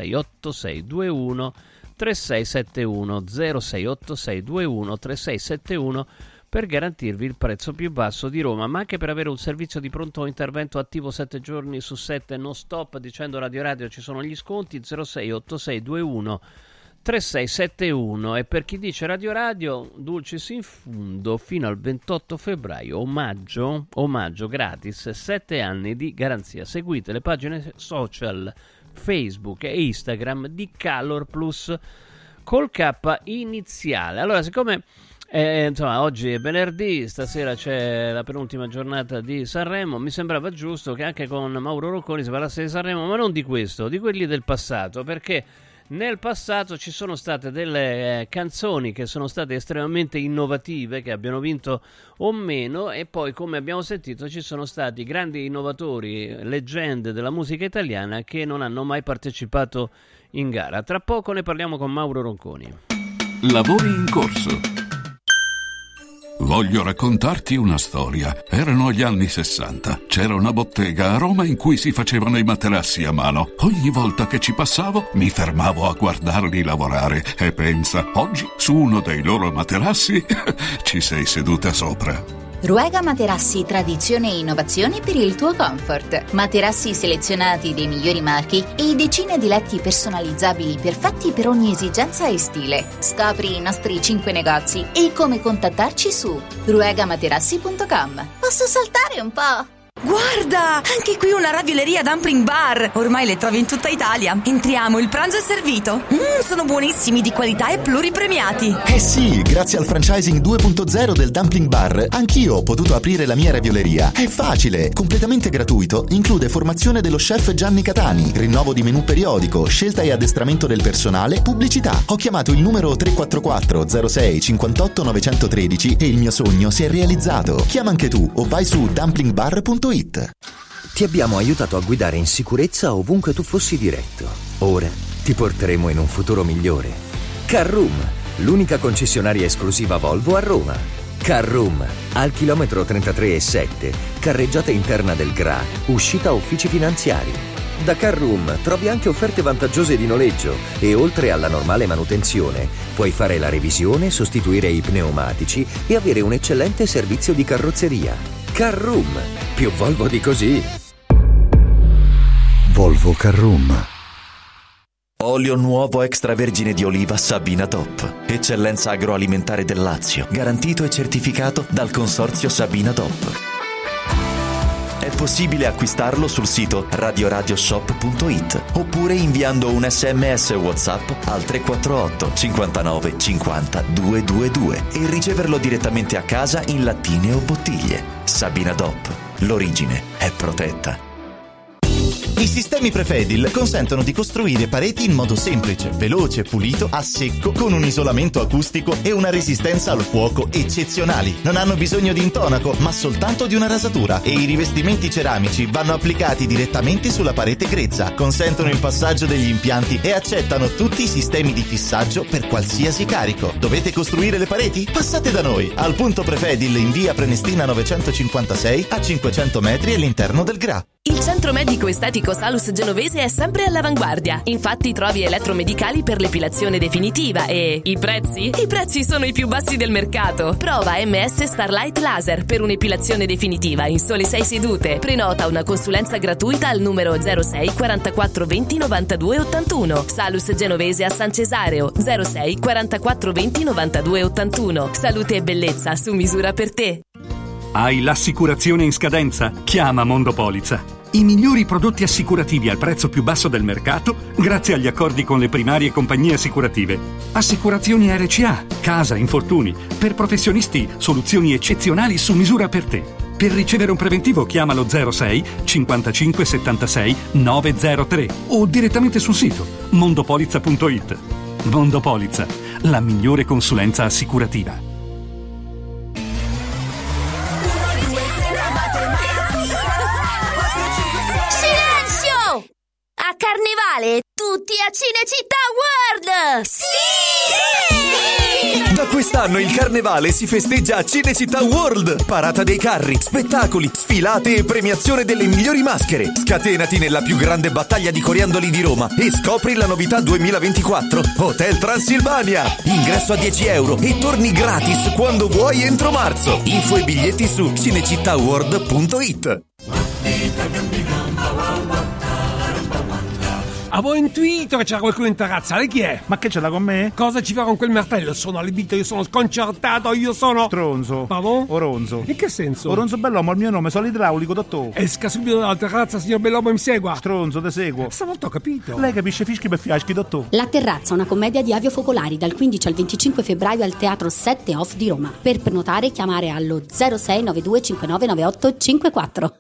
068621 3671 068621 3671 per garantirvi il prezzo più basso di Roma, ma anche per avere un servizio di pronto intervento attivo 7 giorni su 7 non stop. Dicendo Radio Radio ci sono gli sconti, 068621 3671. E per chi dice Radio Radio, Dulcis in fundo fino al 28 febbraio, omaggio gratis, 7 anni di garanzia. Seguite le pagine social Facebook e Instagram di Calor Plus col K iniziale. Allora, siccome oggi è venerdì, stasera c'è la penultima giornata di Sanremo, mi sembrava giusto che anche con Mauro Rocconi si parlasse di Sanremo, ma non di questo, di quelli del passato, perché nel passato ci sono state delle canzoni che sono state estremamente innovative, che abbiano vinto o meno, e poi, come abbiamo sentito, ci sono stati grandi innovatori, leggende della musica italiana che non hanno mai partecipato in gara. Tra poco ne parliamo con Mauro Ronconi. Lavori in corso. Voglio raccontarti una storia. Erano gli anni 60. C'era una bottega a Roma in cui si facevano i materassi a mano. Ogni volta che ci passavo mi fermavo a guardarli lavorare e pensa, oggi su uno dei loro materassi ci sei seduta sopra. Ruega Materassi, tradizione e innovazione per il tuo comfort. Materassi selezionati dei migliori marchi e decine di letti personalizzabili perfetti per ogni esigenza e stile. Scopri i nostri 5 negozi e come contattarci su ruegamaterassi.com. Posso saltare un po'? Guarda, anche qui una ravioleria Dumpling Bar. Ormai le trovi in tutta Italia. Entriamo, il pranzo è servito. Sono buonissimi, di qualità e pluripremiati. Eh sì, grazie al franchising 2.0 del Dumpling Bar, anch'io ho potuto aprire la mia ravioleria. È facile, completamente gratuito, include formazione dello chef Gianni Catani, rinnovo di menù periodico, scelta e addestramento del personale, pubblicità. Ho chiamato il numero 344 06 58 913 e il mio sogno si è realizzato. Chiama anche tu o vai su dumplingbar.it. Ti abbiamo aiutato a guidare in sicurezza ovunque tu fossi diretto. Ora ti porteremo in un futuro migliore. Carroom, l'unica concessionaria esclusiva Volvo a Roma. Carroom, al chilometro 33,7, carreggiata interna del GRA, uscita uffici finanziari. Da Carroom trovi anche offerte vantaggiose di noleggio e oltre alla normale manutenzione puoi fare la revisione, sostituire i pneumatici e avere un eccellente servizio di carrozzeria. Carroom, più Volvo di così. Volvo Carroom. Olio nuovo extravergine di oliva Sabina DOP. Eccellenza agroalimentare del Lazio, garantito e certificato dal consorzio Sabina DOP. È possibile acquistarlo sul sito radioradioshop.it oppure inviando un SMS WhatsApp al 348 59 50 222 e riceverlo direttamente a casa in lattine o bottiglie. Sabina DOP. L'origine è protetta. I sistemi Prefedil consentono di costruire pareti in modo semplice, veloce, pulito, a secco, con un isolamento acustico e una resistenza al fuoco eccezionali. Non hanno bisogno di intonaco, ma soltanto di una rasatura, e i rivestimenti ceramici vanno applicati direttamente sulla parete grezza, consentono il passaggio degli impianti e accettano tutti i sistemi di fissaggio per qualsiasi carico. Dovete costruire le pareti? Passate da noi, al punto Prefedil in via Prenestina 956 a 500 metri all'interno del GRA. Il centro medico estetico Salus Genovese è sempre all'avanguardia. Infatti trovi elettromedicali per l'epilazione definitiva e i prezzi? I prezzi sono i più bassi del mercato. Prova MS Starlight Laser per un'epilazione definitiva in sole 6 sedute. Prenota una consulenza gratuita al numero 06 44 20 92 81. Salus Genovese a San Cesareo 06 44 20 92 81. Salute e bellezza su misura per te. Hai l'assicurazione in scadenza? Chiama Mondopolizza. I migliori prodotti assicurativi al prezzo più basso del mercato grazie agli accordi con le primarie compagnie assicurative. Assicurazioni RCA, casa, infortuni. Per professionisti, soluzioni eccezionali su misura per te. Per ricevere un preventivo chiamalo 06 55 76 903 o direttamente sul sito mondopolizza.it. Mondopolizza, la migliore consulenza assicurativa. A Carnevale, tutti a Cinecittà World! Sì! Da quest'anno il Carnevale si festeggia a Cinecittà World. Parata dei carri, spettacoli, sfilate e premiazione delle migliori maschere. Scatenati nella più grande battaglia di coriandoli di Roma e scopri la novità 2024 Hotel Transilvania. Ingresso a 10 euro e torni gratis quando vuoi entro marzo. Info e biglietti su cinecittàworld.it. Avevo intuito che c'era qualcuno in terrazza, lei chi è? Ma che ce l'ha con me? Cosa ci fa con quel martello? Sono allibito, io sono sconcertato, io sono... Tronzo. Pardon? Oronzo. In che senso? Oronzo Bellomo, il mio nome, sono l'idraulico, dottore. Esca subito dalla terrazza, signor Bellomo, e mi segua. Stronzo, te seguo. Stavolta ho capito. Lei capisce fischi per fiaschi, dottore. La Terrazza, una commedia di Avio Focolari, dal 15 al 25 febbraio al Teatro 7 Off di Roma. Per prenotare chiamare allo 06 92 59 98 54.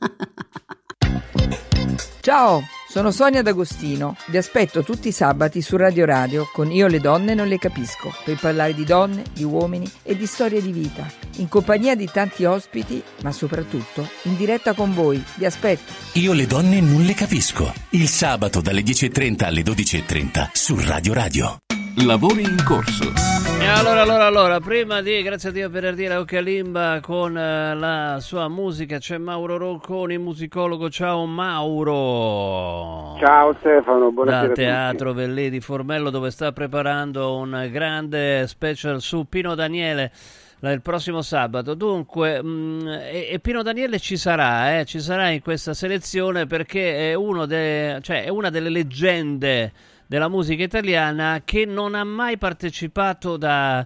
Ciao, sono Sonia D'Agostino. Vi aspetto tutti i sabati su Radio Radio con Io le donne non le capisco, per parlare di donne, di uomini e di storie di vita, in compagnia di tanti ospiti, ma soprattutto in diretta con voi. Vi aspetto. Io le donne non le capisco. Il sabato dalle 10.30 alle 12.30 su Radio Radio. Lavori in corso. E allora, prima di Grazie a Dio venerdì la Occalimba con la sua musica c'è Mauro Rocconi, musicologo. Ciao Mauro. Ciao Stefano, buonasera. Da Teatro Vellè di Formello, dove sta preparando un grande special su Pino Daniele il prossimo sabato. Dunque, e Pino Daniele ci sarà in questa selezione perché è una delle leggende della musica italiana che non ha mai partecipato da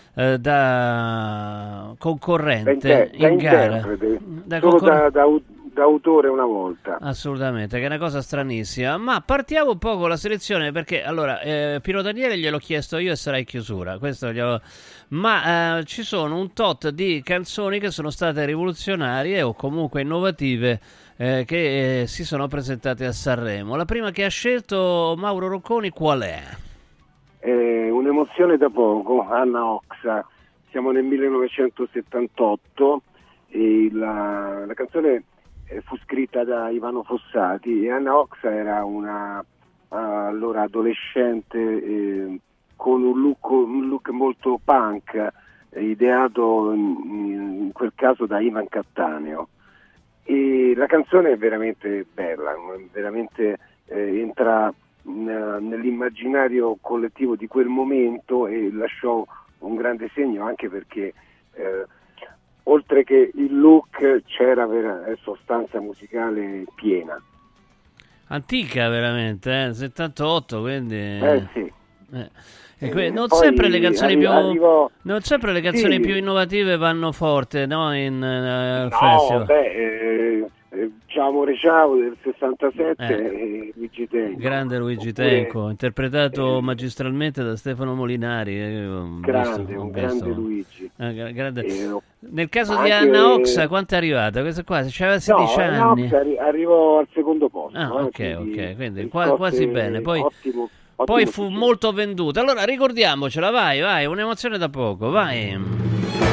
concorrente in gara, solo da autore una volta. Assolutamente, che è una cosa stranissima. Ma partiamo un po' con la selezione, perché allora Pino Daniele gliel'ho chiesto io e sarà in chiusura, ma ci sono un tot di canzoni che sono state rivoluzionarie o comunque innovative, che si sono presentate a Sanremo. La prima che ha scelto Mauro Rocconi qual è? Un'emozione da poco, Anna Oxa. Siamo nel 1978 e la canzone fu scritta da Ivano Fossati e Anna Oxa era una allora adolescente con un look molto punk, ideato in quel caso da Ivan Cattaneo. E la canzone è veramente bella, veramente entra nell'immaginario collettivo di quel momento e lasciò un grande segno, anche perché oltre che il look c'era sostanza musicale piena. Antica veramente, 78, quindi... sì. Non sempre le canzoni più innovative vanno forte, no? In festival. Ciao Amore Ciao del 67 e Luigi Tenco. Grande Luigi Tenco, interpretato magistralmente da Stefano Molinari. Grande Luigi. Nel caso di Anna Oxa, quanto è arrivata? Questa qua aveva 16 anni. Oxa arrivò al secondo posto. Quindi quasi bene. Poi fu molto venduta. Allora ricordiamocela, vai, un'emozione da poco, vai.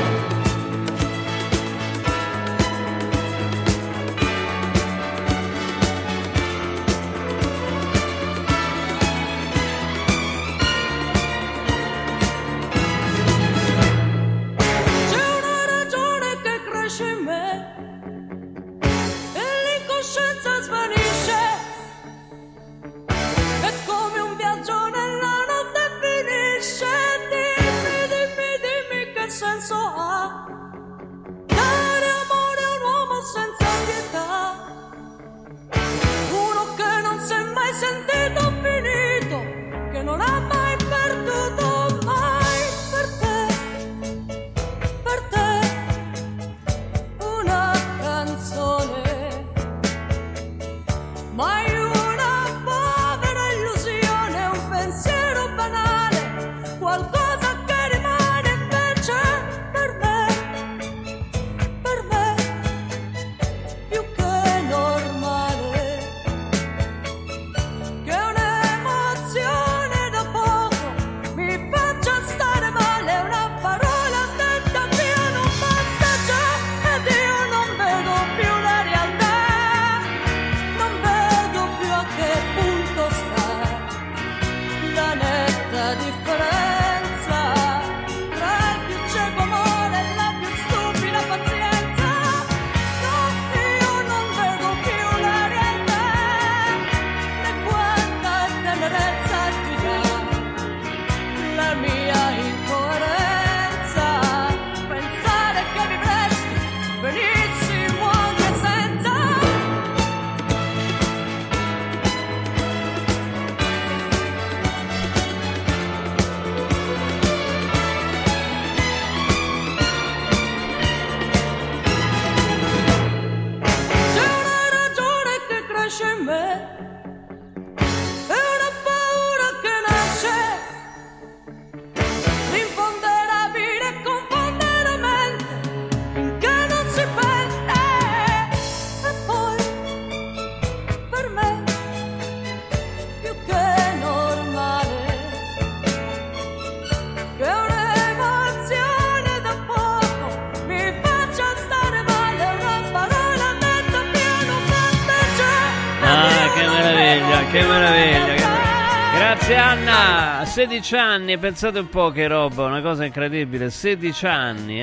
Che meraviglia. Grazie Anna. 16 anni, pensate un po' che roba, una cosa incredibile. 16 anni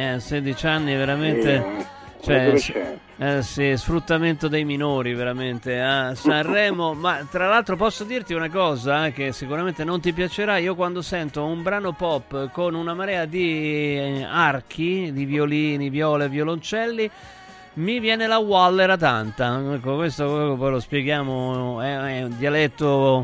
veramente. Sì, sfruttamento dei minori veramente a Sanremo. Ma tra l'altro posso dirti una cosa che sicuramente non ti piacerà. Io quando sento un brano pop con una marea di archi, di violini, viole, violoncelli, mi viene la Waller a tanta. Ecco, questo poi lo spieghiamo, è un dialetto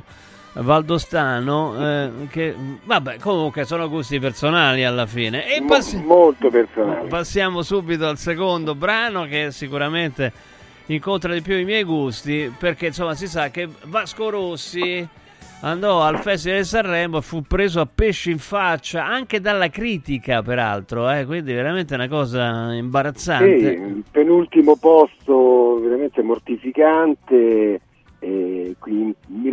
valdostano, che vabbè, comunque sono gusti personali alla fine. E molto personali. Passiamo subito al secondo brano, che sicuramente incontra di più i miei gusti, perché insomma si sa che Vasco Rossi andò al Festival di Sanremo e fu preso a pesci in faccia anche dalla critica, peraltro, quindi veramente una cosa imbarazzante. Sì, il penultimo posto veramente mortificante, qui in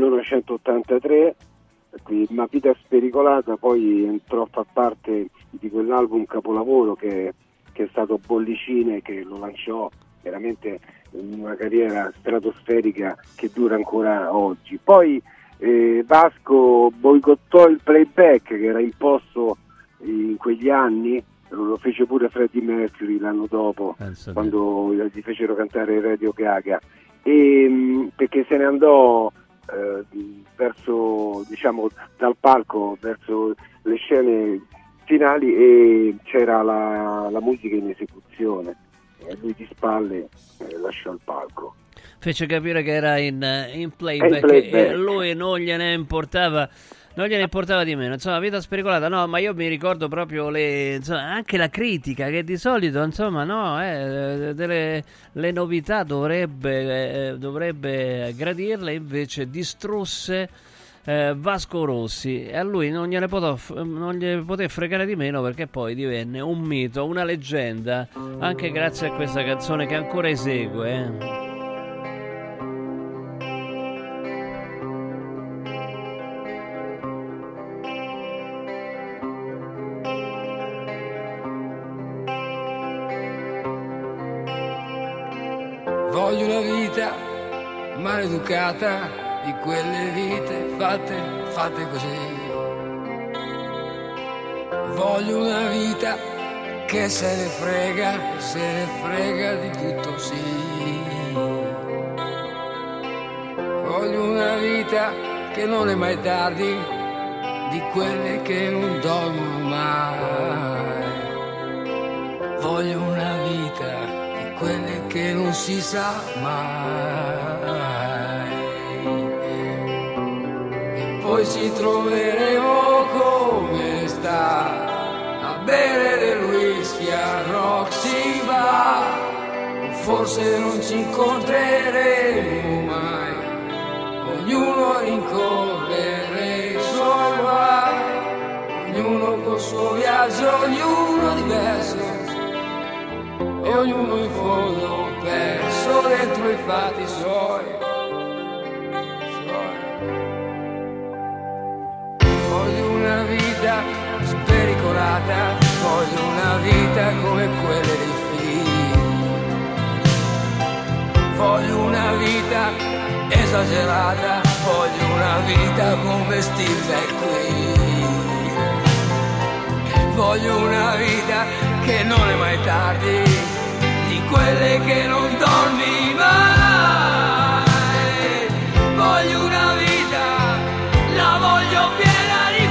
1983, qui Ma vita spericolata, poi entrò a far parte di quell'album capolavoro che è stato Bollicine, che lo lanciò veramente in una carriera stratosferica che dura ancora oggi. Poi Vasco boicottò il playback che era imposto in quegli anni, lo fece pure Freddie Mercury l'anno dopo, quando gli fecero cantare Radio Gaga, e perché se ne andò verso, diciamo, dal palco verso le scene finali e c'era la musica in esecuzione e lui di spalle lasciò il palco. Fece capire che era in playback, e lui non gliene importava Non gliene importava di meno, insomma, vita spericolata. No, ma io mi ricordo proprio anche la critica che di solito, insomma, no, le novità dovrebbe gradirle, invece distrusse Vasco Rossi, e a lui non gliene poté fregare di meno, perché poi divenne un mito, una leggenda, anche grazie a questa canzone che ancora esegue. Voglio una vita maleducata, di quelle vite fatte così. Voglio una vita che se ne frega di tutto, sì. Voglio una vita che non è mai tardi, di quelle che non dormono mai. Voglio una vita quelle che non si sa mai, e poi ci troveremo come sta a bere del whisky a Roxy Bar, forse non ci incontreremo mai, ognuno rincorrere i suoi guai, ognuno col suo viaggio, ognuno diverso, e ognuno in fondo perso dentro i fatti suoi. Voglio una vita spericolata, voglio una vita come quelle dei film, voglio una vita esagerata, voglio una vita come Steve McQueen, voglio una vita che non è mai tardi, di quelle che non dormi mai. Voglio una vita, la voglio piena di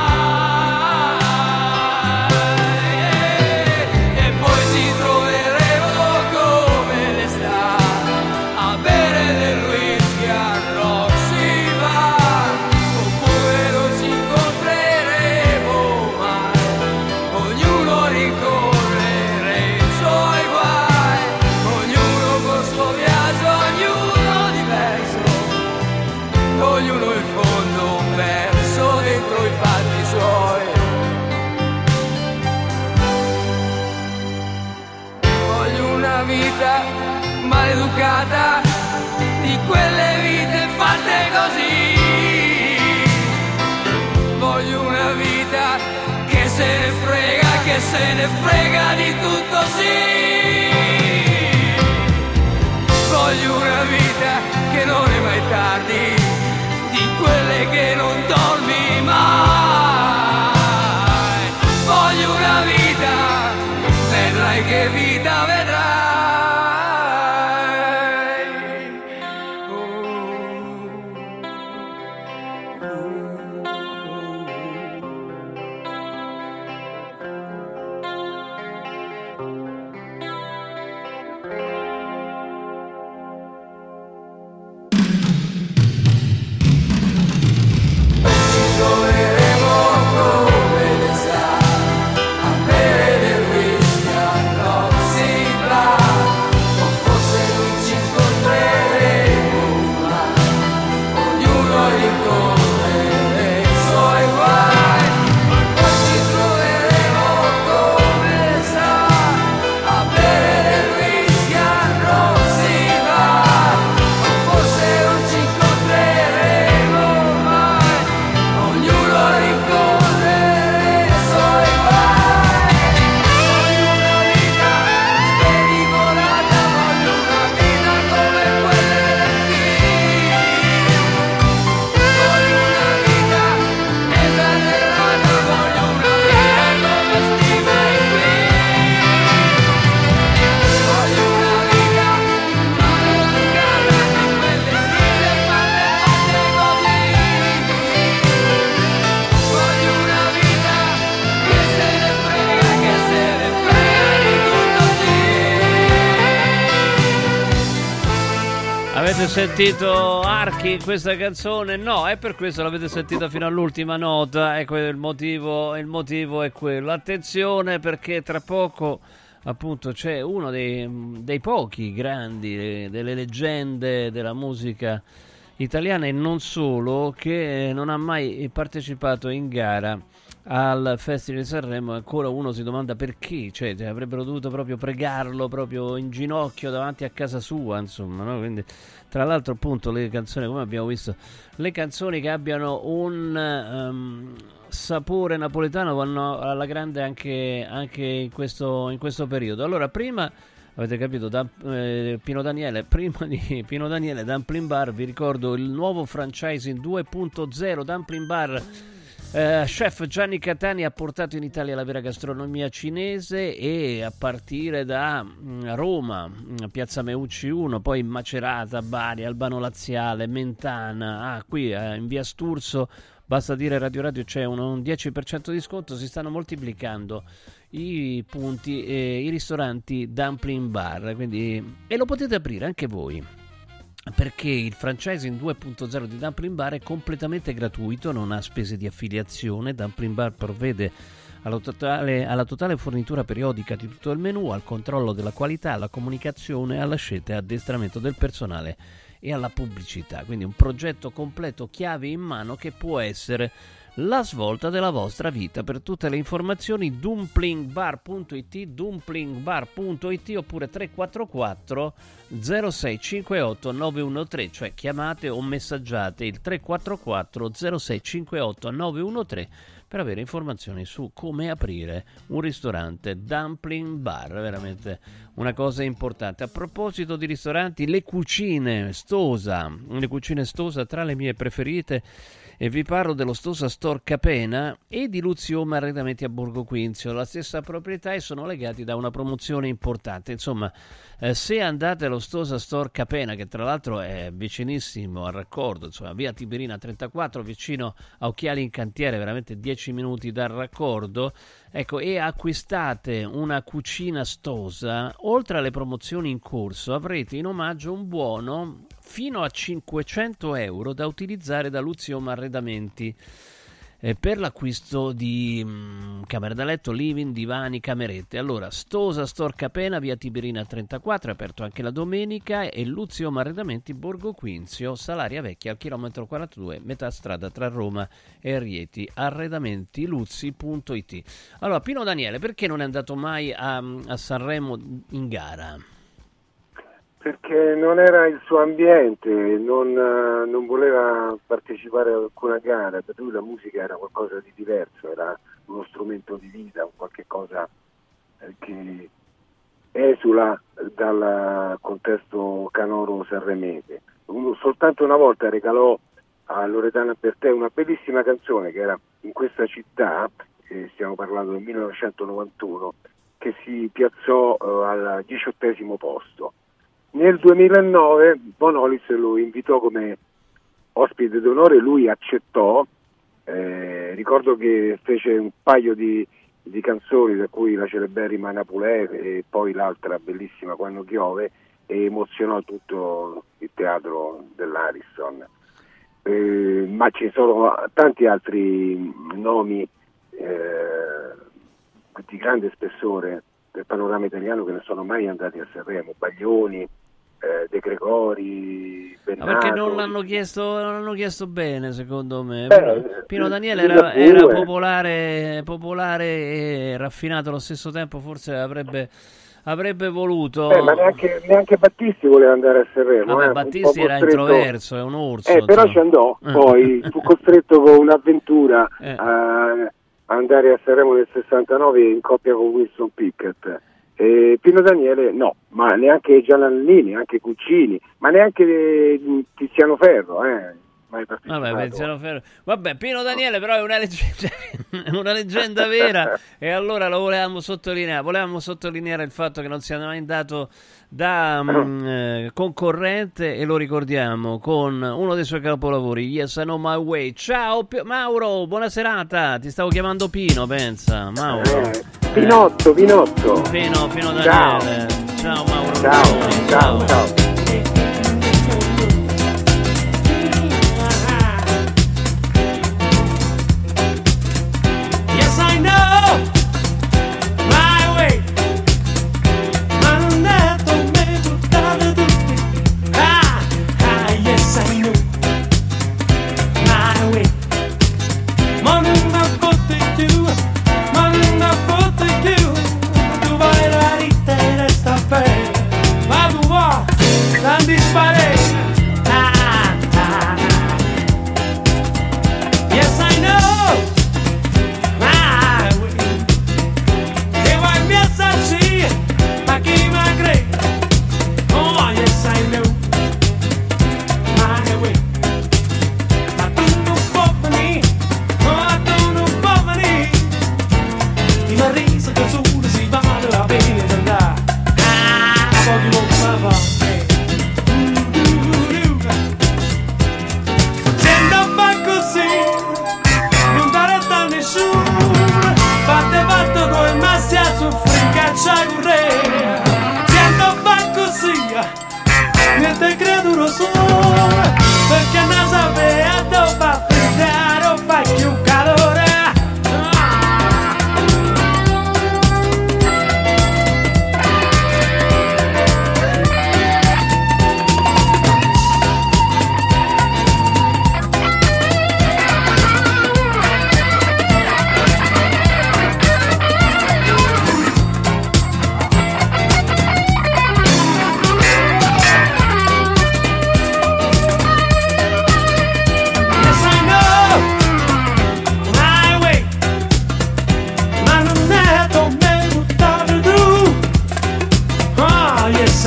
guai, e poi ci troveremo come l'estate a bere del whisky a Roxy Bar, oppure non ci incontreremo mai, ognuno ricorrere i suoi guai, ognuno col suo viaggio, ognuno diverso, ognuno in fondo perso dentro i fatti suoi. Voglio una vita maleducata, di quelle vite fatte così. Voglio una vita che se ne frega di tutto, sì. Voglio una vita che non è mai tardi, di quelle che non dormi mai. Voglio una vita, vedrai che vita vedrai. Avete sentito Archi in questa canzone? No, è per questo l'avete sentita fino all'ultima nota. Ecco, il motivo è quello. Attenzione, perché tra poco appunto c'è uno dei pochi grandi, delle leggende della musica italiana e non solo, che non ha mai partecipato in gara al Festival di Sanremo. Ancora uno si domanda perché, cioè avrebbero dovuto proprio pregarlo proprio in ginocchio davanti a casa sua, insomma, no? Quindi, tra l'altro, appunto, le canzoni, come abbiamo visto, le canzoni che abbiano un sapore napoletano vanno alla grande anche in questo periodo. Allora, prima avete capito, Pino Daniele, prima di Pino Daniele, Dumpling Bar, vi ricordo il nuovo franchising 2.0 Dumpling Bar. Chef Gianni Catani ha portato in Italia la vera gastronomia cinese, e a partire da Roma, Piazza Meucci 1, poi Macerata, Bari, Albano Laziale, Mentana, qui in via Sturzo, basta dire Radio c'è un 10% di sconto, si stanno moltiplicando i punti, i ristoranti Dumpling Bar, quindi, e lo potete aprire anche voi, perché il franchising 2.0 di Dumpling Bar è completamente gratuito, non ha spese di affiliazione. Dumpling Bar provvede alla totale fornitura periodica di tutto il menù, al controllo della qualità, alla comunicazione, alla scelta e addestramento del personale e alla pubblicità. Quindi un progetto completo, chiave in mano, che può essere la svolta della vostra vita. Per tutte le informazioni dumplingbar.it oppure 344 0658 913, cioè chiamate o messaggiate il 344 0658 913 per avere informazioni su come aprire un ristorante Dumpling Bar, veramente una cosa importante. A proposito di ristoranti, le cucine Stosa tra le mie preferite, e vi parlo dello Stosa Store Capena e di Luzioma Arredamenti a Borgo Quinzio, la stessa proprietà, e sono legati da una promozione importante. Insomma, se andate allo Stosa Store Capena, che tra l'altro è vicinissimo al raccordo, insomma via Tiberina 34, vicino a Occhiali in Cantiere, veramente 10 minuti dal raccordo, ecco, e acquistate una cucina Stosa, oltre alle promozioni in corso avrete in omaggio un buono fino a 500 euro da utilizzare da Luzioma Arredamenti per l'acquisto di camere da letto, living, divani, camerette. Allora, Stosa Store Capena, via Tiberina 34, è aperto anche la domenica, e Luzioma Arredamenti Borgo Quinzio, Salaria Vecchia al chilometro 42, metà strada tra Roma e Rieti. Arredamentiluzzi.it. Allora, Pino Daniele, perché non è andato mai a Sanremo in gara? Perché non era il suo ambiente, non voleva partecipare a alcuna gara. Per lui la musica era qualcosa di diverso, era uno strumento di vita, qualche cosa che esula dal contesto canoro sanremese. Soltanto una volta regalò a Loredana Bertè una bellissima canzone che era In questa città, stiamo parlando del 1991, che si piazzò al 18° posto. Nel 2009 Bonolis lo invitò come ospite d'onore, lui accettò, ricordo che fece un paio di canzoni, tra cui la celeberrima Napulè e poi l'altra bellissima Quando piove, e emozionò tutto il teatro dell'Ariston. Ma ci sono tanti altri nomi di grande spessore del panorama italiano che non sono mai andati a Sanremo: Baglioni, De Gregori, Bennato. Perché non l'hanno chiesto bene, secondo me. Pino Daniele era popolare e raffinato allo stesso tempo, forse avrebbe voluto. Ma neanche Battisti voleva andare a Sanremo. Battisti era introverso, è un orso. Però ci andò, poi fu costretto con un'avventura a andare a Sanremo nel 69 in coppia con Wilson Pickett. Pino Daniele no, ma neanche Giannallini, neanche Cuccini, ma neanche Tiziano Ferro, mai partecipato. Vabbè, Pino Daniele però è una leggenda vera, e allora lo volevamo sottolineare il fatto che non sia mai andato da concorrente, e lo ricordiamo con uno dei suoi capolavori, Yes I Know My Way. Ciao Mauro, buona serata, ti stavo chiamando Pino, pensa Mauro. Pinotto. Pino Daniele. Ciao Mauro. Ciao.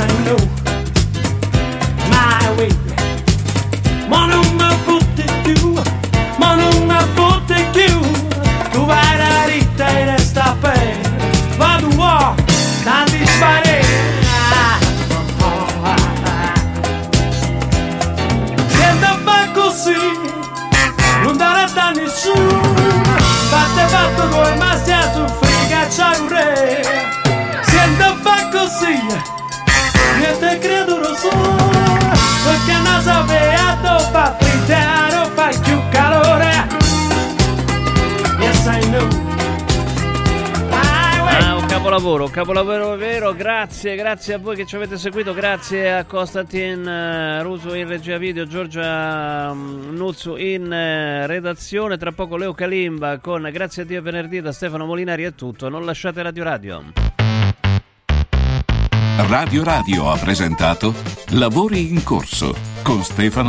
know my way. Ma non mi fotte più, ma non mi fotte più. Tu vai la ritta e resta per vado a tanti spari. Siete fa così, non darà da nessuno. Fate fatto come ma stia su friga c'hai un re. Siete fa così, niente credo lo so. Perché non sapeva fa frittare, fa più calore. Yes I know. Un capolavoro vero, grazie a voi che ci avete seguito, grazie a Costantin Russo in regia video, Giorgia Nuzzu in redazione, tra poco Leo Kalimba con Grazie a Dio venerdì da Stefano Molinari, è tutto, non lasciate Radio Radio. Radio Radio ha presentato Lavori in corso con Stefano